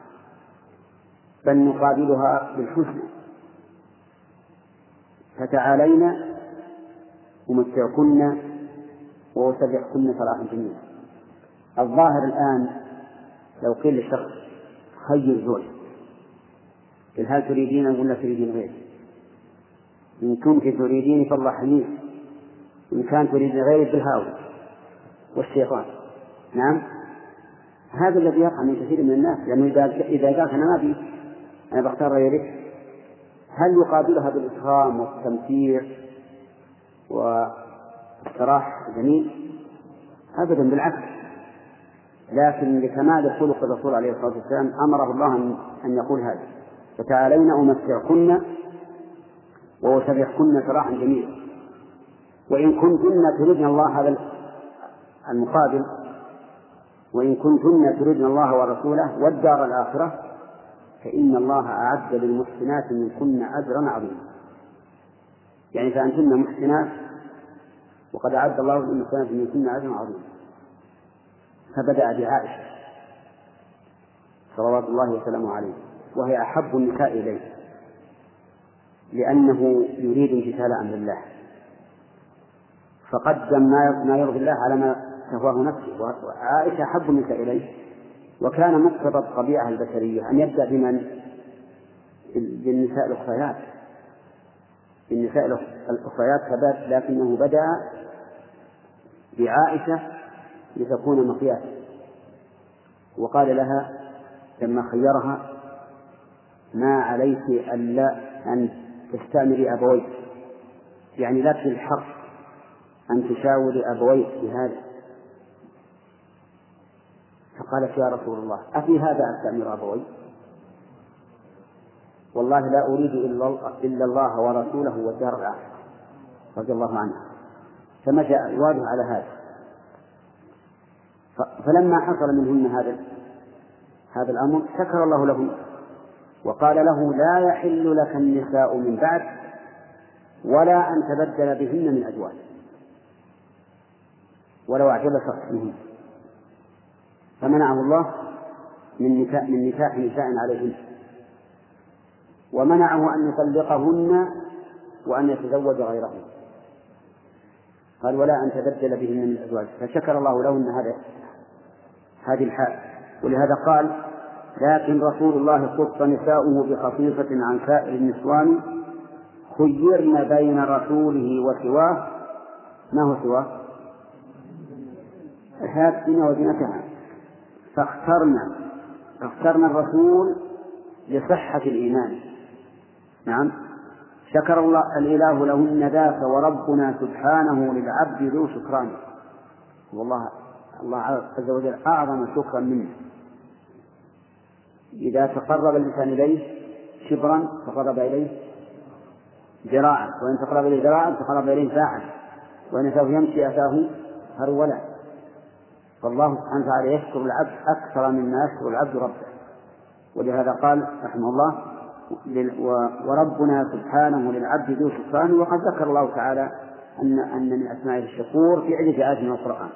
بل نقابلها بالحسن. فتعالينا أمتعكن وأسرحكن سراحا جميلا. الظاهر الآن لو قيل للشخص خير زوج، هل تريدين ولا تريدين غير؟ إن كنت تريدين فالله حميد، إن كان تريدين غير بالهاوي والشيطان. نعم، هذا الذي يقع من كثير من الناس، لأنه إذا قال أنا ما بي، أنا بختار غيرك، هل يقابلها بالإكرام والتمتيع والصراح جميل؟ أبدا، بالعكس. لكن لكمال خلق الرسول عليه الصلاة والسلام أمره الله أن يقول هذا: فتعالين أمتعكن وأسرحكن سراحا جميلا. وإن كنتن تردن الله، هذا المقابل، وإن كنتن تردن الله ورسوله والدار الآخرة فإن الله أعد للمحسنات منكن أجرا عظيما. يعني فأنتن محسنات وقد أعد الله للمحسنات منكن أجرا عظيما. فبدأ بعائشة صلوات الله وسلامه عليه، وهي أحب النساء إليه، لأنه يريد امتثال أمر الله، فقدم ما يرضي الله على ما تهواه نفسه. وعائشة أحب النساء إليه، وكان مقتضى الطبيعة البشرية أن يبدأ بالنساء الأخريات، ثبات، لكنه بدأ بعائشة لتكون مقياسا، وقال لها لما خيرها: ما عليك ألا أن تستأمري أبويك يعني لك الحق أن تشاور أبويك في هذا. فقالت يا رسول الله أفي هذا أستأمر أبوي؟ والله لا أريد إلا الله ورسوله والدار الآخرة. رضي الله عنها. فمشى يواجه على هذا. فلما حصل منهن هذا الأمر شكر الله له وقال له لا يحل لك النساء من بعد ولا أن تبدل بهن من أزواج ولو أعجبك حسنهن. فمنعه الله من نكاح نساء عليهن، ومنعه أن يطلقهن وأن يتزوج غيرهن. قال ولا أن تبدل بهن من أزواج. فشكر الله لهن هذه الحال. ولهذا قال لكن رسول الله خص نساؤه بخصيصة عن سائر النسوان خيرن بين رسوله وسواه. ما هو سواه؟ الحياة الدنيا وزينتها. فاخترنا الرسول لصحة الإيمان. نعم. شكر الإله لهن ذاك وربنا سبحانه للعبد ذو شكران. والله الله عز وجل أعظم شكرا منه. إذا تقرب الإنسان إليه شبرا تقرب إليه ذراعا، وإن تقرب إليه ذراعا تقرب إليه باعا، وإن أتاه يمشي أتاه هرولا. فالله سبحانه وتعالى يشكر العبد أكثر مما يشكر العبد ربه. ولهذا قال رحمه الله وربنا سبحانه للعبد ذو شكران. وقد ذكر الله تعالى أن من أسمائه الشكور في عدة آيات من القرآن.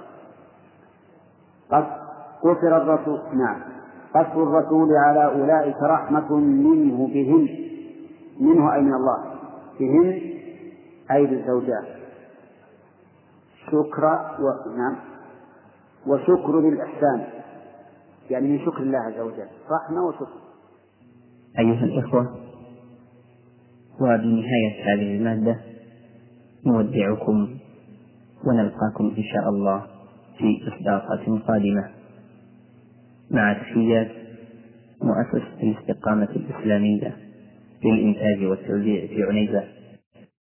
قصر الرسول قصر الرسول على أولئك رحمة منه بهم. منه أي من الله، بهم أي بالزوجات. وشكر للإحسان يعني من شكر الله عز وجل، رحمة وشكر. أيها الإخوة، وبنهاية هذه المادة نودعكم ونلقاكم إن شاء الله في إصداقات قادمة، مع تحيات مؤسسة الاستقامة الإسلامية للإنتاج والتوزيع في عنيزة.